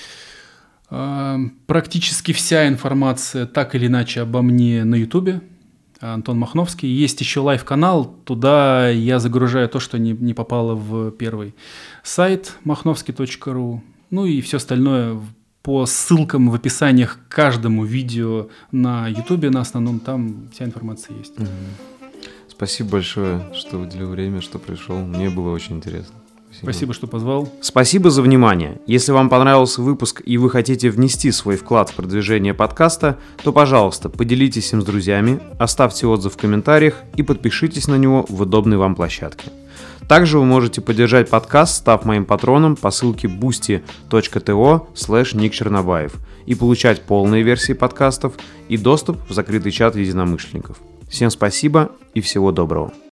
Практически вся информация так или иначе обо мне на Ютубе. Антон Махновский. Есть еще лайв-канал, туда я загружаю то, что не, не попало в первый сайт махновский точка ру. Ну и все остальное по ссылкам в описаниях к каждому видео на Ютубе, на основном, там вся информация есть. Угу. Спасибо большое, что уделил время, что пришел. Мне было очень интересно. Спасибо. Спасибо, что позвал. Спасибо за внимание. Если вам понравился выпуск и вы хотите внести свой вклад в продвижение подкаста, то, пожалуйста, поделитесь им с друзьями, оставьте отзыв в комментариях и подпишитесь на него в удобной вам площадке. Также вы можете поддержать подкаст, став моим патроном по ссылке boosty.to слэш ник чернобаев и получать полные версии подкастов и доступ в закрытый чат единомышленников. Всем спасибо и всего доброго.